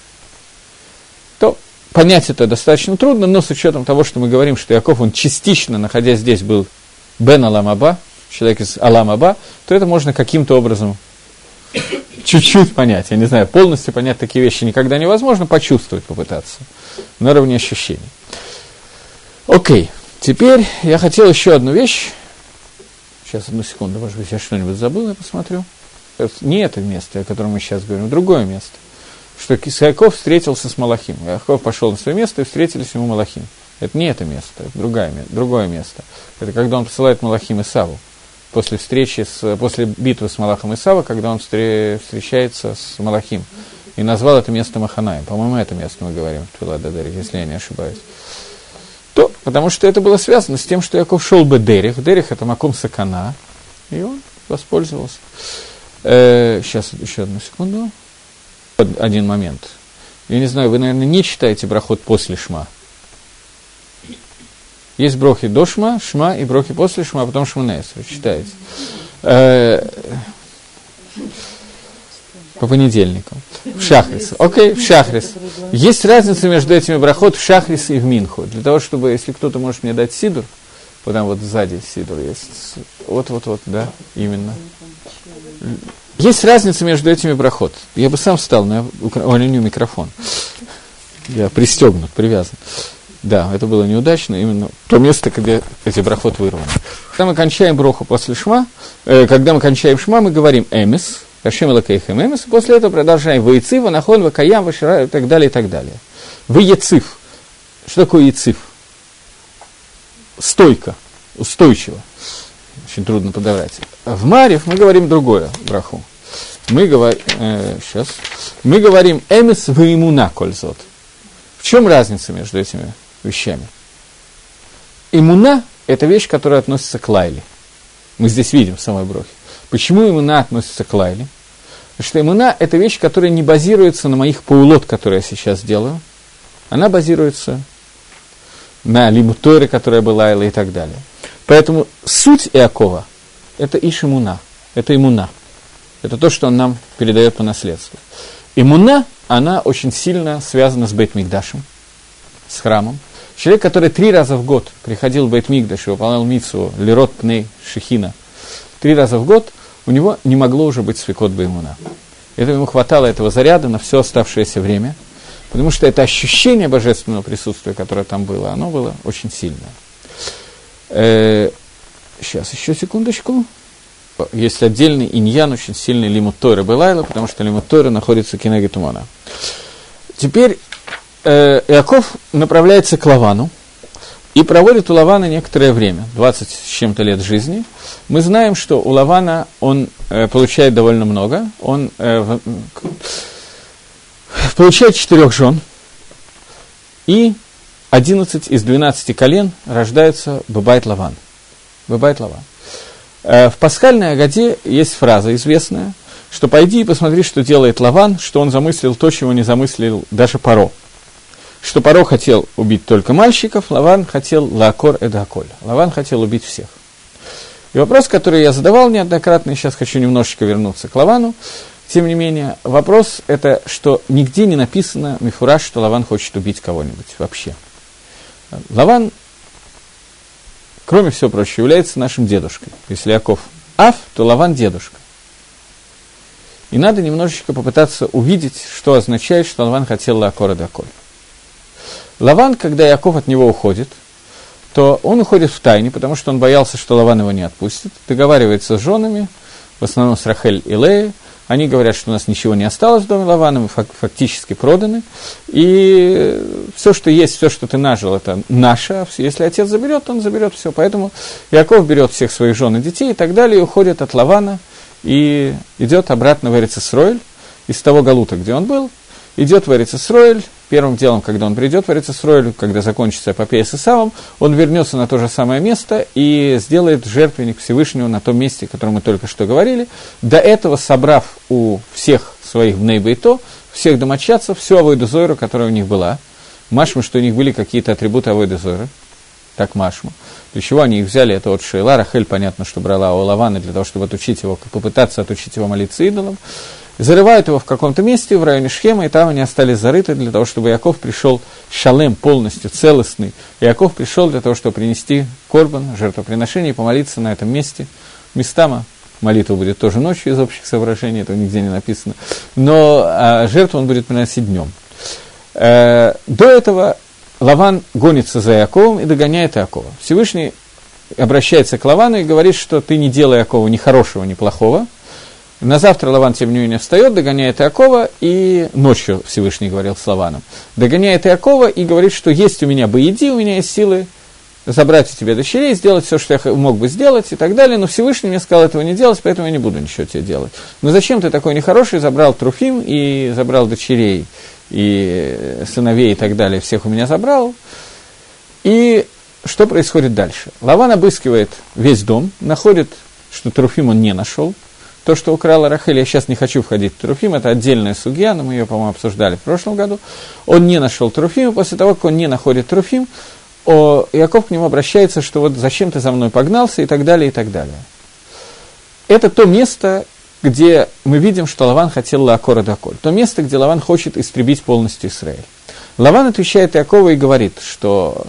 То понять это достаточно трудно, но с учетом того, что мы говорим, что Иаков, он частично, находясь здесь, был Бен Алам Аба, человек из Алам Аба, то это можно каким-то образом чуть-чуть понять. Я не знаю, полностью понять такие вещи никогда невозможно, почувствовать, попытаться на уровне ощущений. Окей, теперь я хотел еще одну вещь. Сейчас, одну секунду, может быть, я что-нибудь забыл, я посмотрю. Не это место, о котором мы сейчас говорим, другое место. Что Иаков встретился с Малахим. Иаков пошел на свое место, и встретились ему Малахим. Это не это место, это другое место. Это когда он посылает Малахим Исаву. После битвы с Малахом Исава, когда он встречается с Малахим. И назвал это место Маханаем. По-моему, это место мы говорим, если я не ошибаюсь. То, потому что это было связано с тем, что Иаков шел бы Дерих. Дерих – это Маком Сакана. И он воспользовался. Сейчас, еще одну секунду. Один момент. Я не знаю, вы, наверное, не читаете брахот после Шма. Есть брохи до Шма, Шма и брохи после Шма, а потом Шмонес. Вы читаете. По понедельникам. В Шахрис. Окей, в Шахрис. Есть разница между этими брахот в Шахрис и в Минху. Для того, чтобы, если кто-то может мне дать сидур, вот там вот сзади сидур есть. Вот, да, именно. Есть разница между этими брахот. Я бы сам встал, но я уроню микрофон. Я пристегнут, привязан. Да, это было неудачно, именно то место, где эти брахот вырваны. Когда мы кончаем броху после Шма, когда мы кончаем Шма, мы говорим «эмис», «кашем элокейхем эмис», и после этого продолжаем «ваицив», «ванахон», «вакаям», «вашира» и так далее, и так далее. «Ваецив». Что такое «яцив»? Стойко, устойчиво. Очень трудно подобрать. В Марев мы говорим другое браху. Мы говорим «эмис ваимуна кользот». В чем разница между этими вещами? Имуна – это вещь, которая относится к Лайле. Мы здесь видим в самой брохе. Почему имуна относится к Лайле? Потому что имуна – это вещь, которая не базируется на моих паулот, которые я сейчас делаю. Она базируется на лимут Торы, которая была Лайла и так далее. Поэтому суть Иакова – это иш-имуна, это имуна. Это то, что он нам передает по наследству. Имуна, она очень сильно связана с Бейт-Микдашем. с храмом, человек, который 3 раза в год приходил в Бейт-Микдаш и выполнял мицву Лирот Пней Шехина, 3 раза в год, у него не могло уже быть свекот баэмуна. Ему хватало этого заряда на все оставшееся время, потому что это ощущение божественного присутствия, которое там было, оно было очень сильное. Сейчас, еще секундочку. Есть отдельный иньян, очень сильный лимут Тойра Белайла, потому что лимут Тойра находится кинеги тумана. Теперь Иаков направляется к Лавану и проводит у Лавана некоторое время, 20 с чем-то лет жизни. Мы знаем, что у Лавана он получает довольно много. Он получает 4 жен, и 11 из 12 колен рождаются Бабайт Лаван. Бабайт Лаван. В пасхальной Агаде есть фраза известная, что «пойди и посмотри, что делает Лаван, что он замыслил то, чего не замыслил даже Паро». Что Паро хотел убить только мальчиков, Лаван хотел лаакор эдаколь. Лаван хотел убить всех. И вопрос, который я задавал неоднократно, и сейчас хочу немножечко вернуться к Лавану, тем не менее, вопрос это, что нигде не написано мифураж, что Лаван хочет убить кого-нибудь вообще. Лаван, кроме всего прочего, является нашим дедушкой. Если Иаков Ав, то Лаван дедушка. И надо немножечко попытаться увидеть, что означает, что Лаван хотел лаакор эдаколь. Лаван, когда Иаков от него уходит, то он уходит в тайне, потому что он боялся, что Лаван его не отпустит, договаривается с женами, в основном с Рахель и Леей. Они говорят, что у нас ничего не осталось в доме Лавана, мы фактически проданы, и все, что есть, все, что ты нажил, это наше, а если отец заберет, он заберет все. Поэтому Иаков берет всех своих жен и детей и так далее, и уходит от Лавана, и идет обратно в Эрец-Исроэль, из того галута, где он был, идет в Эрец-Исроэль. Первым делом, когда он придет в Эрец-Исроэль, когда закончится эпопея с Исавом, он вернется на то же самое место и сделает жертвенник Всевышнего на том месте, о котором мы только что говорили, до этого собрав у всех своих бней бейто, всех домочадцев, всю авойду зойру, которая у них была. Машма, что у них были какие-то атрибуты авойды зойры, так машма. Для чего они их взяли, это от Шейла, Рахель, понятно, что брала у Лавана для того, чтобы отучить его, попытаться отучить его молиться идолам. Зарывают его в каком-то месте в районе Шхема, и там они остались зарыты для того, чтобы Иаков пришел шалем, полностью целостный. Иаков пришел для того, чтобы принести корбан, жертвоприношение, и помолиться на этом месте. Местама молитва будет тоже ночью из общих соображений, этого нигде не написано. Но жертву он будет приносить днем. До этого Лаван гонится за Иаковом и догоняет Иакова. Всевышний обращается к Лавану и говорит, что ты не делай Иакову ни хорошего, ни плохого. На завтра Лаван, тем не менее, встает, догоняет Иакова, и ночью Всевышний говорил с Лаваном, догоняет Иакова и говорит, что есть у меня боеди, у меня есть силы забрать у тебя дочерей, сделать все, что я мог бы сделать, и так далее, но Всевышний мне сказал этого не делать, поэтому я не буду ничего тебе делать. Но зачем ты такой нехороший, забрал Труфим и забрал дочерей, и сыновей, и так далее, всех у меня забрал. И что происходит дальше? Лаван обыскивает весь дом, находит, что Труфим он не нашел. То, что украла Рахель, я сейчас не хочу входить в Труфим, это отдельная сугья, но мы ее, по-моему, обсуждали в прошлом году. Он не нашел Труфим, и после того, как он не находит Труфим, Иаков к нему обращается, что вот зачем ты за мной погнался, и так далее, и так далее. Это то место, где мы видим, что Лаван хотел лаакор эдаколь. То место, где Лаван хочет истребить полностью Исраэль. Лаван отвечает Иакову и говорит, что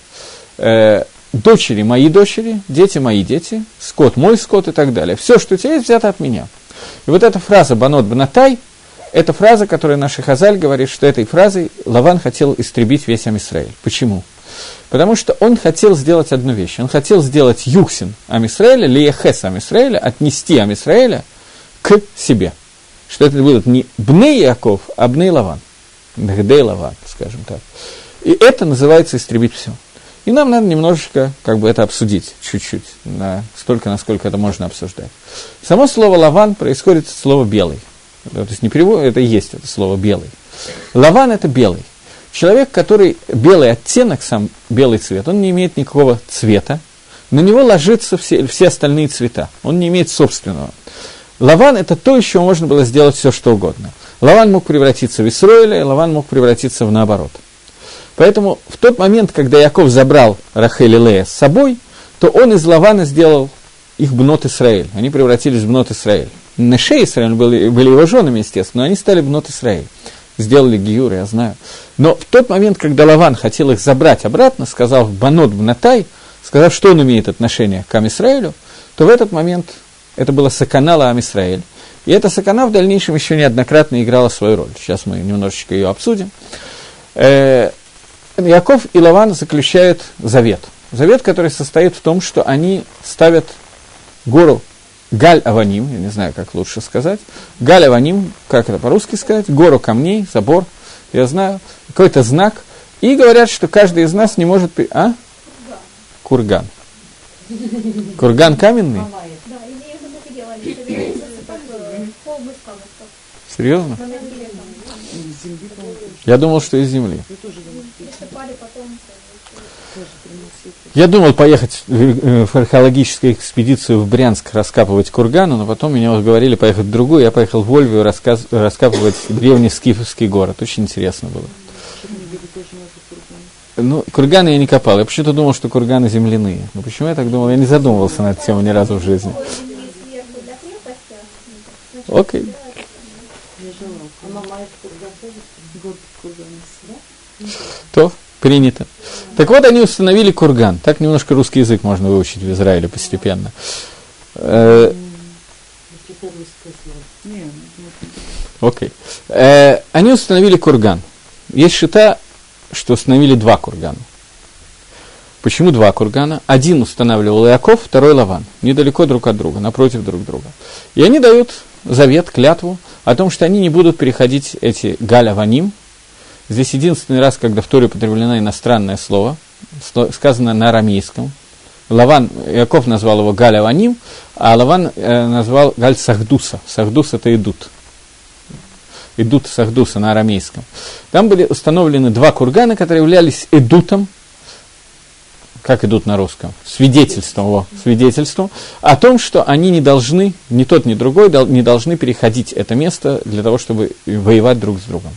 дочери мои дочери, дети мои дети, скот мой скот и так далее. Все, что у тебя есть, взято от меня. И вот эта фраза «банот бнатай» – это фраза, которую наш Хазаль говорит, что этой фразой Лаван хотел истребить весь Ам-Исраэль. Почему? Потому что он хотел сделать одну вещь. Он хотел сделать юхсин Ам-Исраэля, лиехес Ам-Исраэля, отнести Ам-Исраэля к себе. Что это будут не бней Иаков, а бней Лаван. Гдей Лаван, скажем так. И это называется истребить все. И нам надо немножечко это обсудить, чуть-чуть, столько, насколько это можно обсуждать. Само слово «лаван» происходит от слова «белый». То есть не перевод, это и есть это слово «белый». Лаван – это белый. Человек, который белый оттенок, сам белый цвет, он не имеет никакого цвета, на него ложатся все остальные цвета, он не имеет собственного. Лаван – это то, из чего можно было сделать все, что угодно. Лаван мог превратиться в Исроэля, и Лаван мог превратиться в наоборот. Поэтому в тот момент, когда Иаков забрал Рахель и Лея с собой, то он из Лавана сделал их бнот Исраэль. Они превратились в бнот Исраэль. Неше Исраэль были его женами, естественно, но они стали бнот Исраэль. сделали гиюр, я знаю. Но в тот момент, когда Лаван хотел их забрать обратно, сказав «банот бнатай», сказав, что он имеет отношение к Ам-Исраэлю, то в этот момент это была сакана Ам-Исраэль. И эта сакана в дальнейшем еще неоднократно играла свою роль. Сейчас мы немножечко ее обсудим. Яков и Лаван заключают завет. Завет, который состоит в том, что они ставят гору Галь-Аваним, я не знаю, как лучше сказать, Галь-Аваним, как это по-русски сказать, гору камней, забор, я знаю, какой-то знак, и говорят, что каждый из нас не может... Курган. Курган каменный? Да, и мне это так и делали. Серьезно? Я думал, что из земли. Я думал поехать в археологическую экспедицию в Брянск раскапывать кургану, но потом меня говорили поехать в другую. Я поехал в Вольвию раскапывать древний скифский город. Очень интересно было. Ну, курганы я не копал. Я почему-то думал, что курганы земляные. Но почему я так думал? Я не задумывался на эту тему ни разу в жизни. Окей. То, принято. Так вот, они установили курган. Так немножко русский язык можно выучить в Израиле постепенно. Окей. Они установили курган. Есть шита, что установили 2 кургана. Почему 2 кургана? Один устанавливал Яков, второй Лаван. Недалеко друг от друга, напротив друг друга. И они дают завет, клятву о том, что они не будут переходить эти Галь-Аваним. Здесь единственный раз, когда в Торе употреблено иностранное слово, сказано на арамейском. Яков назвал его Галь-Аваним, а Лаван назвал Галь-Сахдуса. Сахдус – это идут. Идут Сахдуса на арамейском. Там были установлены 2 кургана, которые являлись идутом, как идут на русском, свидетельством о том, что они не должны, ни тот, ни другой, не должны переходить это место для того, чтобы воевать друг с другом.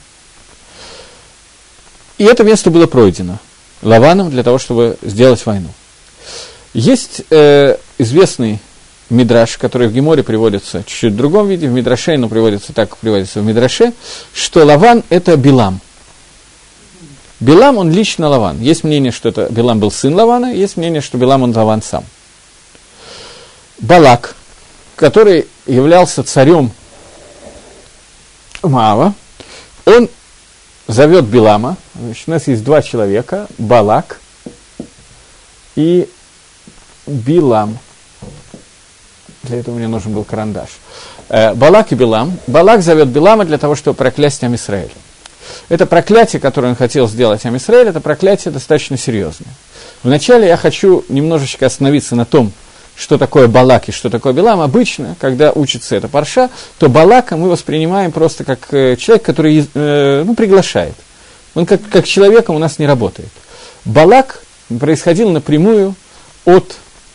И это место было пройдено Лаваном для того, чтобы сделать войну. Есть известный мидраш, который в Геморе приводится чуть-чуть в другом виде, в Мидраше, но приводится так, как приводится в Мидраше, что Лаван – это Билам. Билам, он лично Лаван. Есть мнение, что это Билам был сын Лавана, есть мнение, что Билам он Лаван сам. Балак, который являлся царем Моава, он зовет Билама. Значит, у нас есть 2 человека, Балак и Билам. Для этого мне нужен был карандаш. Балак и Билам. Балак зовет Билама для того, чтобы проклясть Ам-Исраэль. Это проклятие, которое он хотел сделать Ам-Исраэль, это проклятие достаточно серьезное. Вначале я хочу немножечко остановиться на том, что такое Балак и что такое Билам. Обычно, когда учится эта парша, то Балака мы воспринимаем просто как человек, который приглашает. Он как человеком у нас не работает. Балак происходил напрямую от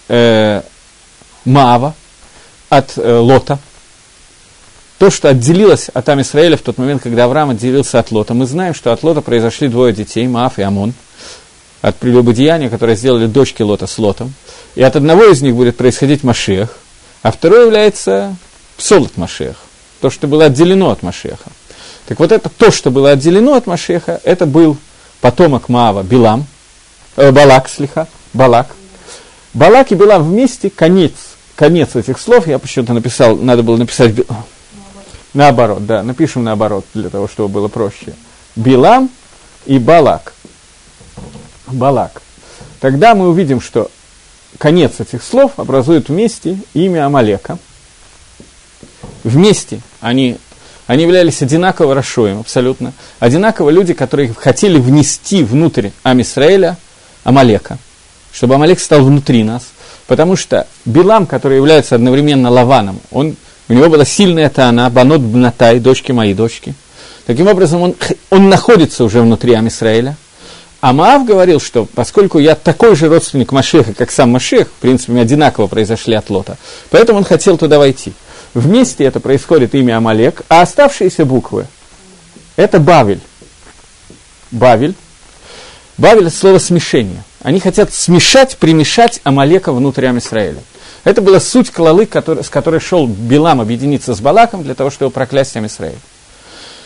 Моава, от Лота. То, что отделилось от Ам-Исраэля в тот момент, когда Авраам отделился от Лота. Мы знаем, что от Лота произошли 2 детей, Моав и Амон, от прелюбодеяния, которые сделали дочки Лота с Лотом. И от одного из них будет происходить Машиах, а второй является Псолот Машиах, то, что было отделено от Машиаха. Так вот это то, что было отделено от Машиаха, это был потомок Моава Билам, Балак. Балак и Билам вместе, конец этих слов, я почему-то написал, надо было написать наоборот, да, напишем наоборот, для того, чтобы было проще. Билам и Балак. Тогда мы увидим, что конец этих слов образует вместе имя Амалека. Вместе они являлись одинаково рашоем, абсолютно. Одинаково люди, которые хотели внести внутрь Ам-Исраэля Амалека, чтобы Амалек стал внутри нас. Потому что Билам, который является одновременно Лаваном, у него была сильная таана, банот бнатай, дочки мои, дочки. Таким образом, он находится уже внутри Ам-Исраэля. А Моав говорил, что поскольку я такой же родственник Машеха, как сам Машех, в принципе, мы одинаково произошли от Лота, поэтому он хотел туда войти. Вместе это происходит имя Амалек, а оставшиеся буквы – это Бавель. Бавель – это слово смешение. Они хотят смешать, примешать Амалека внутрь Ам-Исраэля. Это была суть клалы, с которой шел Билам объединиться с Балаком для того, чтобы проклясть Ам-Исраэль.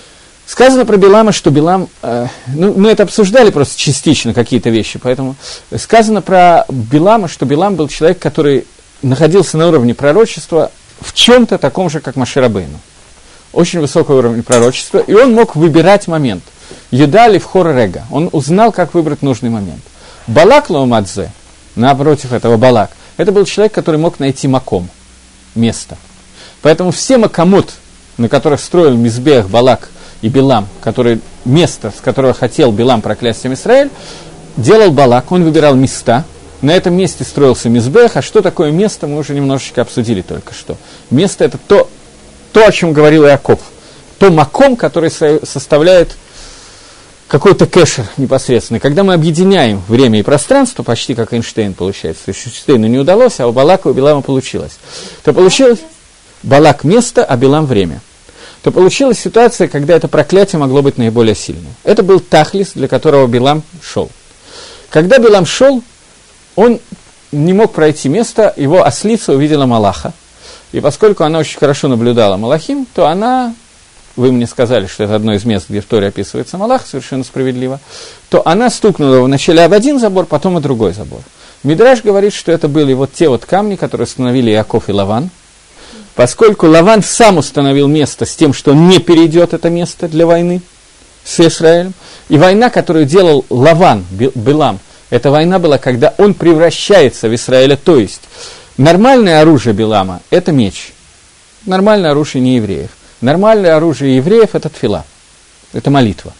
Сказано про Билама, что Билам, мы это обсуждали просто частично, какие-то вещи, поэтому сказано про Билама, что Билам был человек, который находился на уровне пророчества в чем-то таком же, как Моше Рабейну. Очень высокий уровень пророчества, и он мог выбирать момент. Юдали в хор Рега, он узнал, как выбрать нужный момент. Балак Лаумадзе, напротив этого Балак, это был человек, который мог найти маком, место. Поэтому все макамот, на которых строил Мизбех, Балак и Билам, место, с которого хотел Билам проклясть Израиль, делал Балак, он выбирал места. На этом месте строился Мизбех, а что такое место, мы уже немножечко обсудили только что. Место – это то, о чем говорил Иаков, то маком, который составляет какой-то кэшер непосредственно. Когда мы объединяем время и пространство, почти как Эйнштейн получается, то есть Эйнштейну не удалось, а у Балака и у Билама получилось, то получилось Балак – место, а Билам – время. То получилась ситуация, когда это проклятие могло быть наиболее сильным. Это был Тахлис, для которого Билам шел. Когда Билам шел, он не мог пройти место, его ослица увидела Малаха. И поскольку она очень хорошо наблюдала Малахим, то она, вы мне сказали, что это одно из мест, где в Торе описывается Малах, совершенно справедливо, то она стукнула его вначале об один забор, потом об другой забор. Мидраш говорит, что это были вот те вот камни, которые установили Иаков и Лаван. Поскольку Лаван сам установил место с тем, что он не перейдет это место для войны с Израилем, и война, которую делал Лаван, Билам, эта война была, когда он превращается в Израиля, то есть нормальное оружие Билама – это меч, нормальное оружие не евреев. Нормальное оружие евреев – это тфила, это молитва.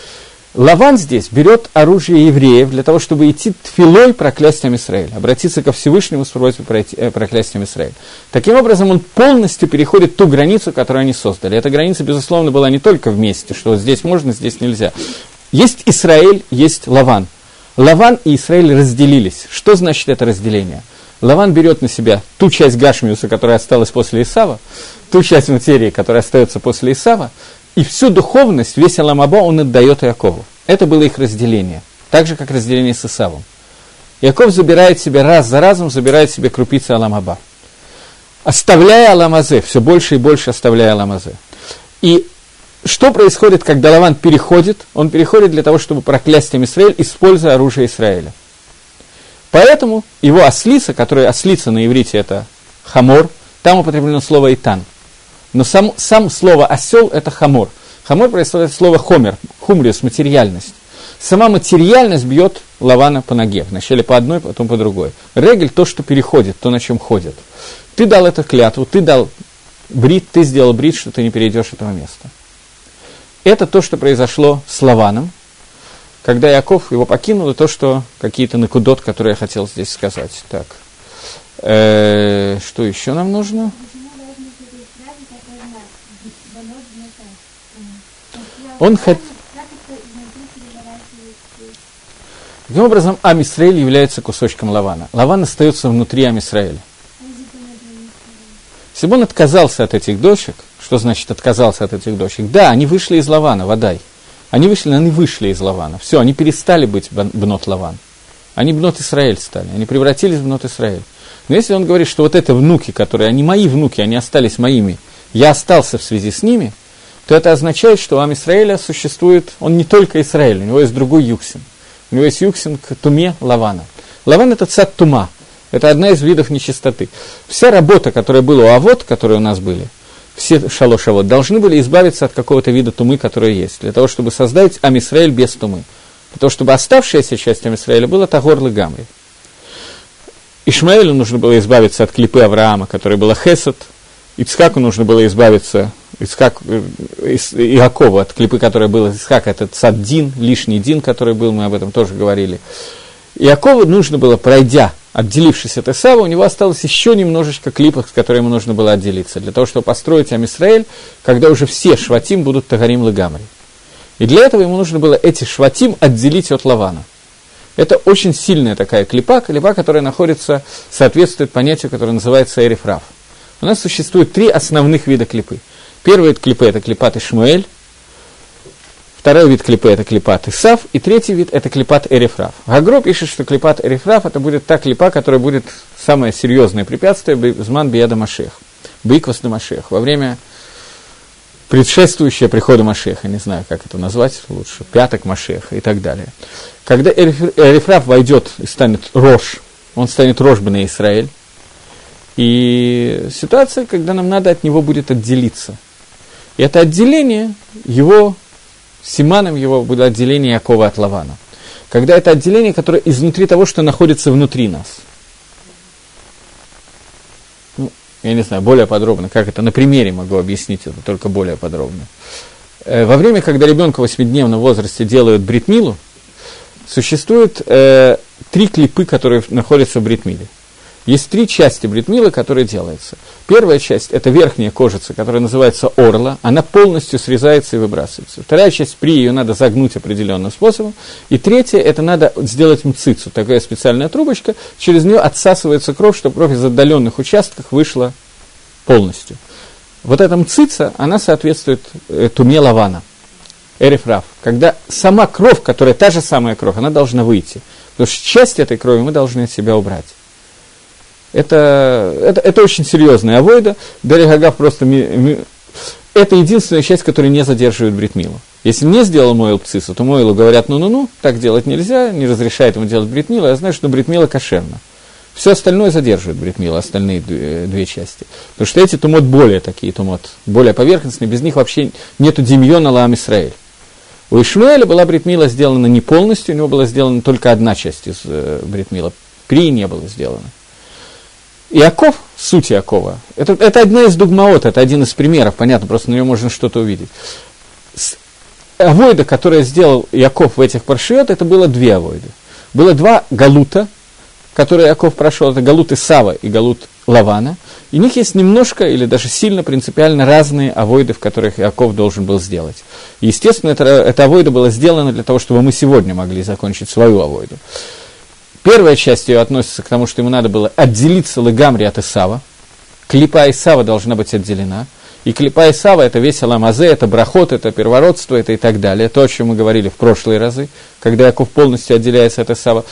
Лаван здесь берет оружие евреев для того, чтобы идти тфилой проклястием Израиля, обратиться ко Всевышнему с просьбой проклястием Израиля. Таким образом, он полностью переходит ту границу, которую они создали. Эта граница, безусловно, была не только вместе, что здесь можно, здесь нельзя. Есть Израиль, есть Лаван. Лаван и Израиль разделились. Что значит это разделение? Лаван берет на себя ту часть Гашмиуса, которая осталась после Исава, ту часть материи, которая остается после Исава, и всю духовность, весь Аламаба он отдает Иакову. Это было их разделение, так же, как разделение с Исавом. Иаков забирает себе раз за разом, забирает себе крупицы Аламаба, оставляя Аламазе, все больше и больше оставляя Аламазе. И что происходит, когда Лаван переходит? Он переходит для того, чтобы проклясть Израиль, используя оружие Израиля. Поэтому его ослица, которая ослица на иврите это хамор, там употреблено слово итан. Но сам слово осел это хамор. Хамор происходит от слова хомер, хумриус, материальность. Сама материальность бьет Лавана по ноге. Вначале по одной, потом по другой. Регель то, что переходит, то, на чем ходит. Ты дал эту клятву, ты дал брит, ты сделал брит, что ты не перейдешь этого места. Это то, что произошло с Лаваном, когда Иаков его покинул, и то, что какие-то накудот, которые я хотел здесь сказать. Так, что еще нам нужно? Таким образом, Ам-Исраэль является кусочком Лавана. Лаван остается внутри Ам-Исраэля. Если бы он отказался от этих дочек, что значит отказался от этих дочек? Да, они вышли из Лавана, Вадай. Они вышли из Лавана. Все, они перестали быть бнот Лаван. Они бнот Исраэль стали, они превратились в бнот Исраэль. Но если он говорит, что вот это внуки, которые, они мои внуки, они остались моими, я остался в связи с ними, то это означает, что у Ам-Исраэля существует, он не только Исраэль, у него есть другой Юксин. У него есть Юксин к Туме Лавана. Лаван – это цад Тума, это одна из видов нечистоты. Вся работа, которая была у Авот, которые у нас были, все шалош Авот, должны были избавиться от какого-то вида Тумы, который есть, для того, чтобы создать Ам-Исраэль без Тумы. Для того, чтобы оставшаяся часть Ам-Исраэля была Тагор Легамри. Ишмаэлю нужно было избавиться от клипы Авраама, которая была Хесед. Ицхаку нужно было избавиться, Иакову от клипы, которая была Ицхак, это цад-дин, лишний дин, который был, мы об этом тоже говорили. Иакову нужно было, пройдя, отделившись от Исава, у него осталось еще немножечко клипов, с которыми ему нужно было отделиться, для того, чтобы построить Ам-Исраэль, когда уже все шватим будут Тагарим Легамри. И для этого ему нужно было эти шватим отделить от Лавана. Это очень сильная такая клипа, которая находится, соответствует понятию, которое называется Эриф Рав. У нас существует 3 основных вида клипы. Первый вид клипы – это клипат Ишмаэль, второй вид клипы – это клипат Исав, и третий вид – это клипат Эриф Рав. Гагро пишет, что клипат Эриф Рав – это будет та клипа, которая будет самое серьезное препятствие Зман Бияда Машех, Биквас на Машех, во время предшествующее приходу Машеха, не знаю, как это назвать лучше, пяток Машеха и так далее. Когда Эрифраф войдет и станет Рош, он станет Рош бней Исраэль, и ситуация, когда нам надо от него будет отделиться. И это отделение, его, симаном его будет отделение Якова от Лавана. Когда это отделение, которое изнутри того, что находится внутри нас. Ну, я не знаю, более подробно, как это, на примере могу объяснить это, только более подробно. Во время, когда ребенка в 8-дневном возрасте делают брит-милу, существует 3 клипы, которые находятся в брит-миле. Есть 3 части брит-милы, которые делаются. Первая часть – это верхняя кожица, которая называется орла, она полностью срезается и выбрасывается. Вторая часть, при ее надо загнуть определенным способом. И третья – это надо сделать мцицу, такая специальная трубочка, через нее отсасывается кровь, чтобы кровь из отдаленных участков вышла полностью. Вот эта мцица, она соответствует туме Лавана, Эрифраф, когда сама кровь, которая та же самая кровь, она должна выйти. Потому что часть этой крови мы должны от себя убрать. Это очень серьезная авойда. Дарья Гагав просто... Это единственная часть, которая не задерживает брит-милу. Если не сделал Моэл пцису, то Моэлу говорят, ну, так делать нельзя, не разрешает ему делать брит-милу, я знаю, что брит-мила кошерна. Все остальное задерживает брит-мила, остальные 2 части. Потому что эти тумот более такие, тумот более поверхностные, без них вообще нету демьона лаам Исраэль. У Ишмаэля была брит-мила сделана не полностью, у него была сделана только одна часть из брит-мила, при не было сделано. Иаков, суть Иакова, это одна из дугмаот, это один из примеров, понятно, просто на нее можно что-то увидеть. Авойда, которую сделал Иаков в этих паршиот, это было 2 авойды. Было 2 галута, которые Иаков прошел, это галут Исава и галут Лавана. И у них есть немножко, или даже сильно принципиально разные авойды, в которых Иаков должен был сделать. И, естественно, эта авойда была сделана для того, чтобы мы сегодня могли закончить свою авойду. Первая часть ее относится к тому, что ему надо было отделиться легамри от Исава. Клипа Исава должна быть отделена. И клипа Исава – это весь аламазе, это брахот, это первородство, это и так далее. То, о чем мы говорили в прошлые разы, когда Иаков полностью отделяется от Исава.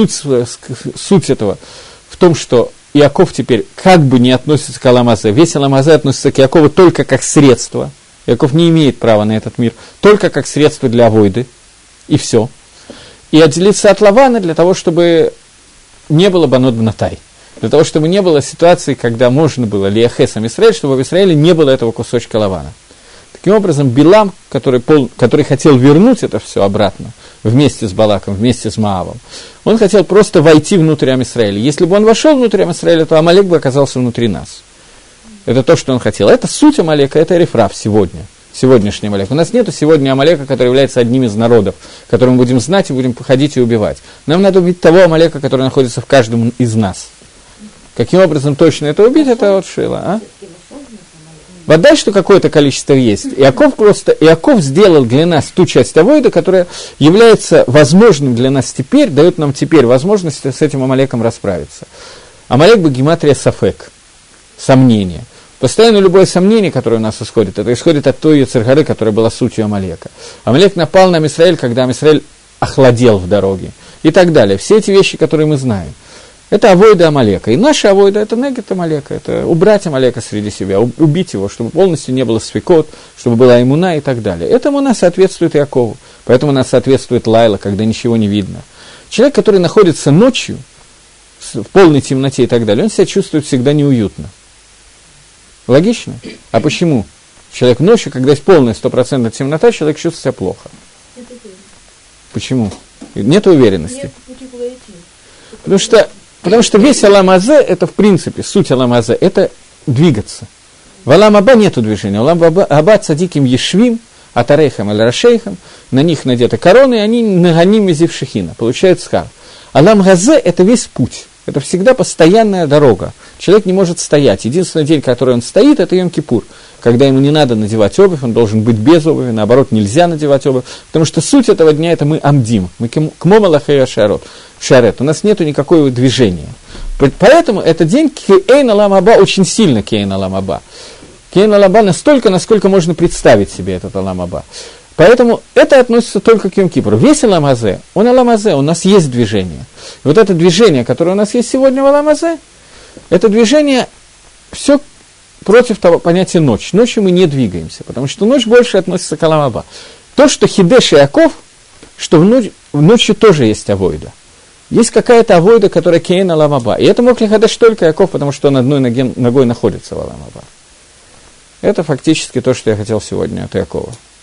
Суть этого в том, что Иаков теперь как бы не относится к аламазе. Весь аламазе относится к Иакову только как средство. Иаков не имеет права на этот мир, только как средство для авойды. И все. И отделиться от Лавана для того, чтобы не было банот бнатай. Для того, чтобы не было ситуации, когда можно было лиахесам Исраэль, чтобы в Израиле не было этого кусочка Лавана. Таким образом, Билам, который хотел вернуть это все обратно, вместе с Балаком, вместе с Моавом, он хотел просто войти внутрь Ам-Исраэля. Если бы он вошел внутрь Ам-Исраэля, то Амалек бы оказался внутри нас. Это то, что он хотел. Это суть Амалека, это Эрифраф сегодня. Сегодняшний Амалек. У нас нет сегодня Амалека, который является одним из народов, который мы будем знать и будем ходить и убивать. Нам надо убить того Амалека, который находится в каждом из нас. Каким образом точно это убить, это вот Шила. Вода, что какое-то количество есть. Иаков сделал для нас ту часть авойда, которая является возможным для нас теперь, дает нам теперь возможность с этим Амалеком расправиться. Амалек бы гематрия сафек, сомнение. Постоянно любое сомнение, которое у нас исходит, это исходит от той Ецер-Гары, которая была сутью Амалека. Амалек напал на Ам-Исраэль, когда Ам-Исраэль охладел в дороге. И так далее. Все эти вещи, которые мы знаем. Это авойда Амалека. И наша авойда – это негет Амалека. Это убрать Амалека среди себя, убить его, чтобы полностью не было сфикот, чтобы была иммуна и так далее. Этому нас соответствует Иакову. Поэтому нас соответствует Лайла, когда ничего не видно. Человек, который находится ночью, в полной темноте и так далее, он себя чувствует всегда неуютно. Логично? А почему? Человек ночью, когда есть полная 100% темнота, человек чувствует себя плохо. Почему? Нет уверенности. Потому что весь Алам-Азе, это в принципе, суть Алам-Азе, это двигаться. В Алам-Аба нету движения. В Алам-Аба цадиким ешвим, атарейхам или рашейхам, на них надеты короны, и они наганим из Ившихина, получают схар. Алам-Азе – это весь путь. Это всегда постоянная дорога. Человек не может стоять. Единственный день, который он стоит, это Йом-Кипур. Когда ему не надо надевать обувь, он должен быть без обуви, наоборот, нельзя надевать обувь. Потому что суть этого дня – это мы амдим. Мы кмо малахея шарет. У нас нет никакого движения. Поэтому этот день Кейн Алам Аба очень сильно Кейн Алам Аба. Кейн Алам Аба настолько, насколько можно представить себе этот Алам Аба. Поэтому это относится только к Йом-Кипуру. Весь Алам-Азе, он Алам-Азе, у нас есть движение. И вот это движение, которое у нас есть сегодня в Алам-Азе, это движение, все против того понятия ночь. Ночью мы не двигаемся, потому что ночь больше относится к Олам Аба. То, что Хидеш и Яков, что ночью тоже есть авойда. Есть какая-то авойда, которая Кейн Олам Аба. И это мог Хидеш только Яков, потому что он одной ногой находится в Олам Аба. Это фактически то, что я хотел сегодня от Якова.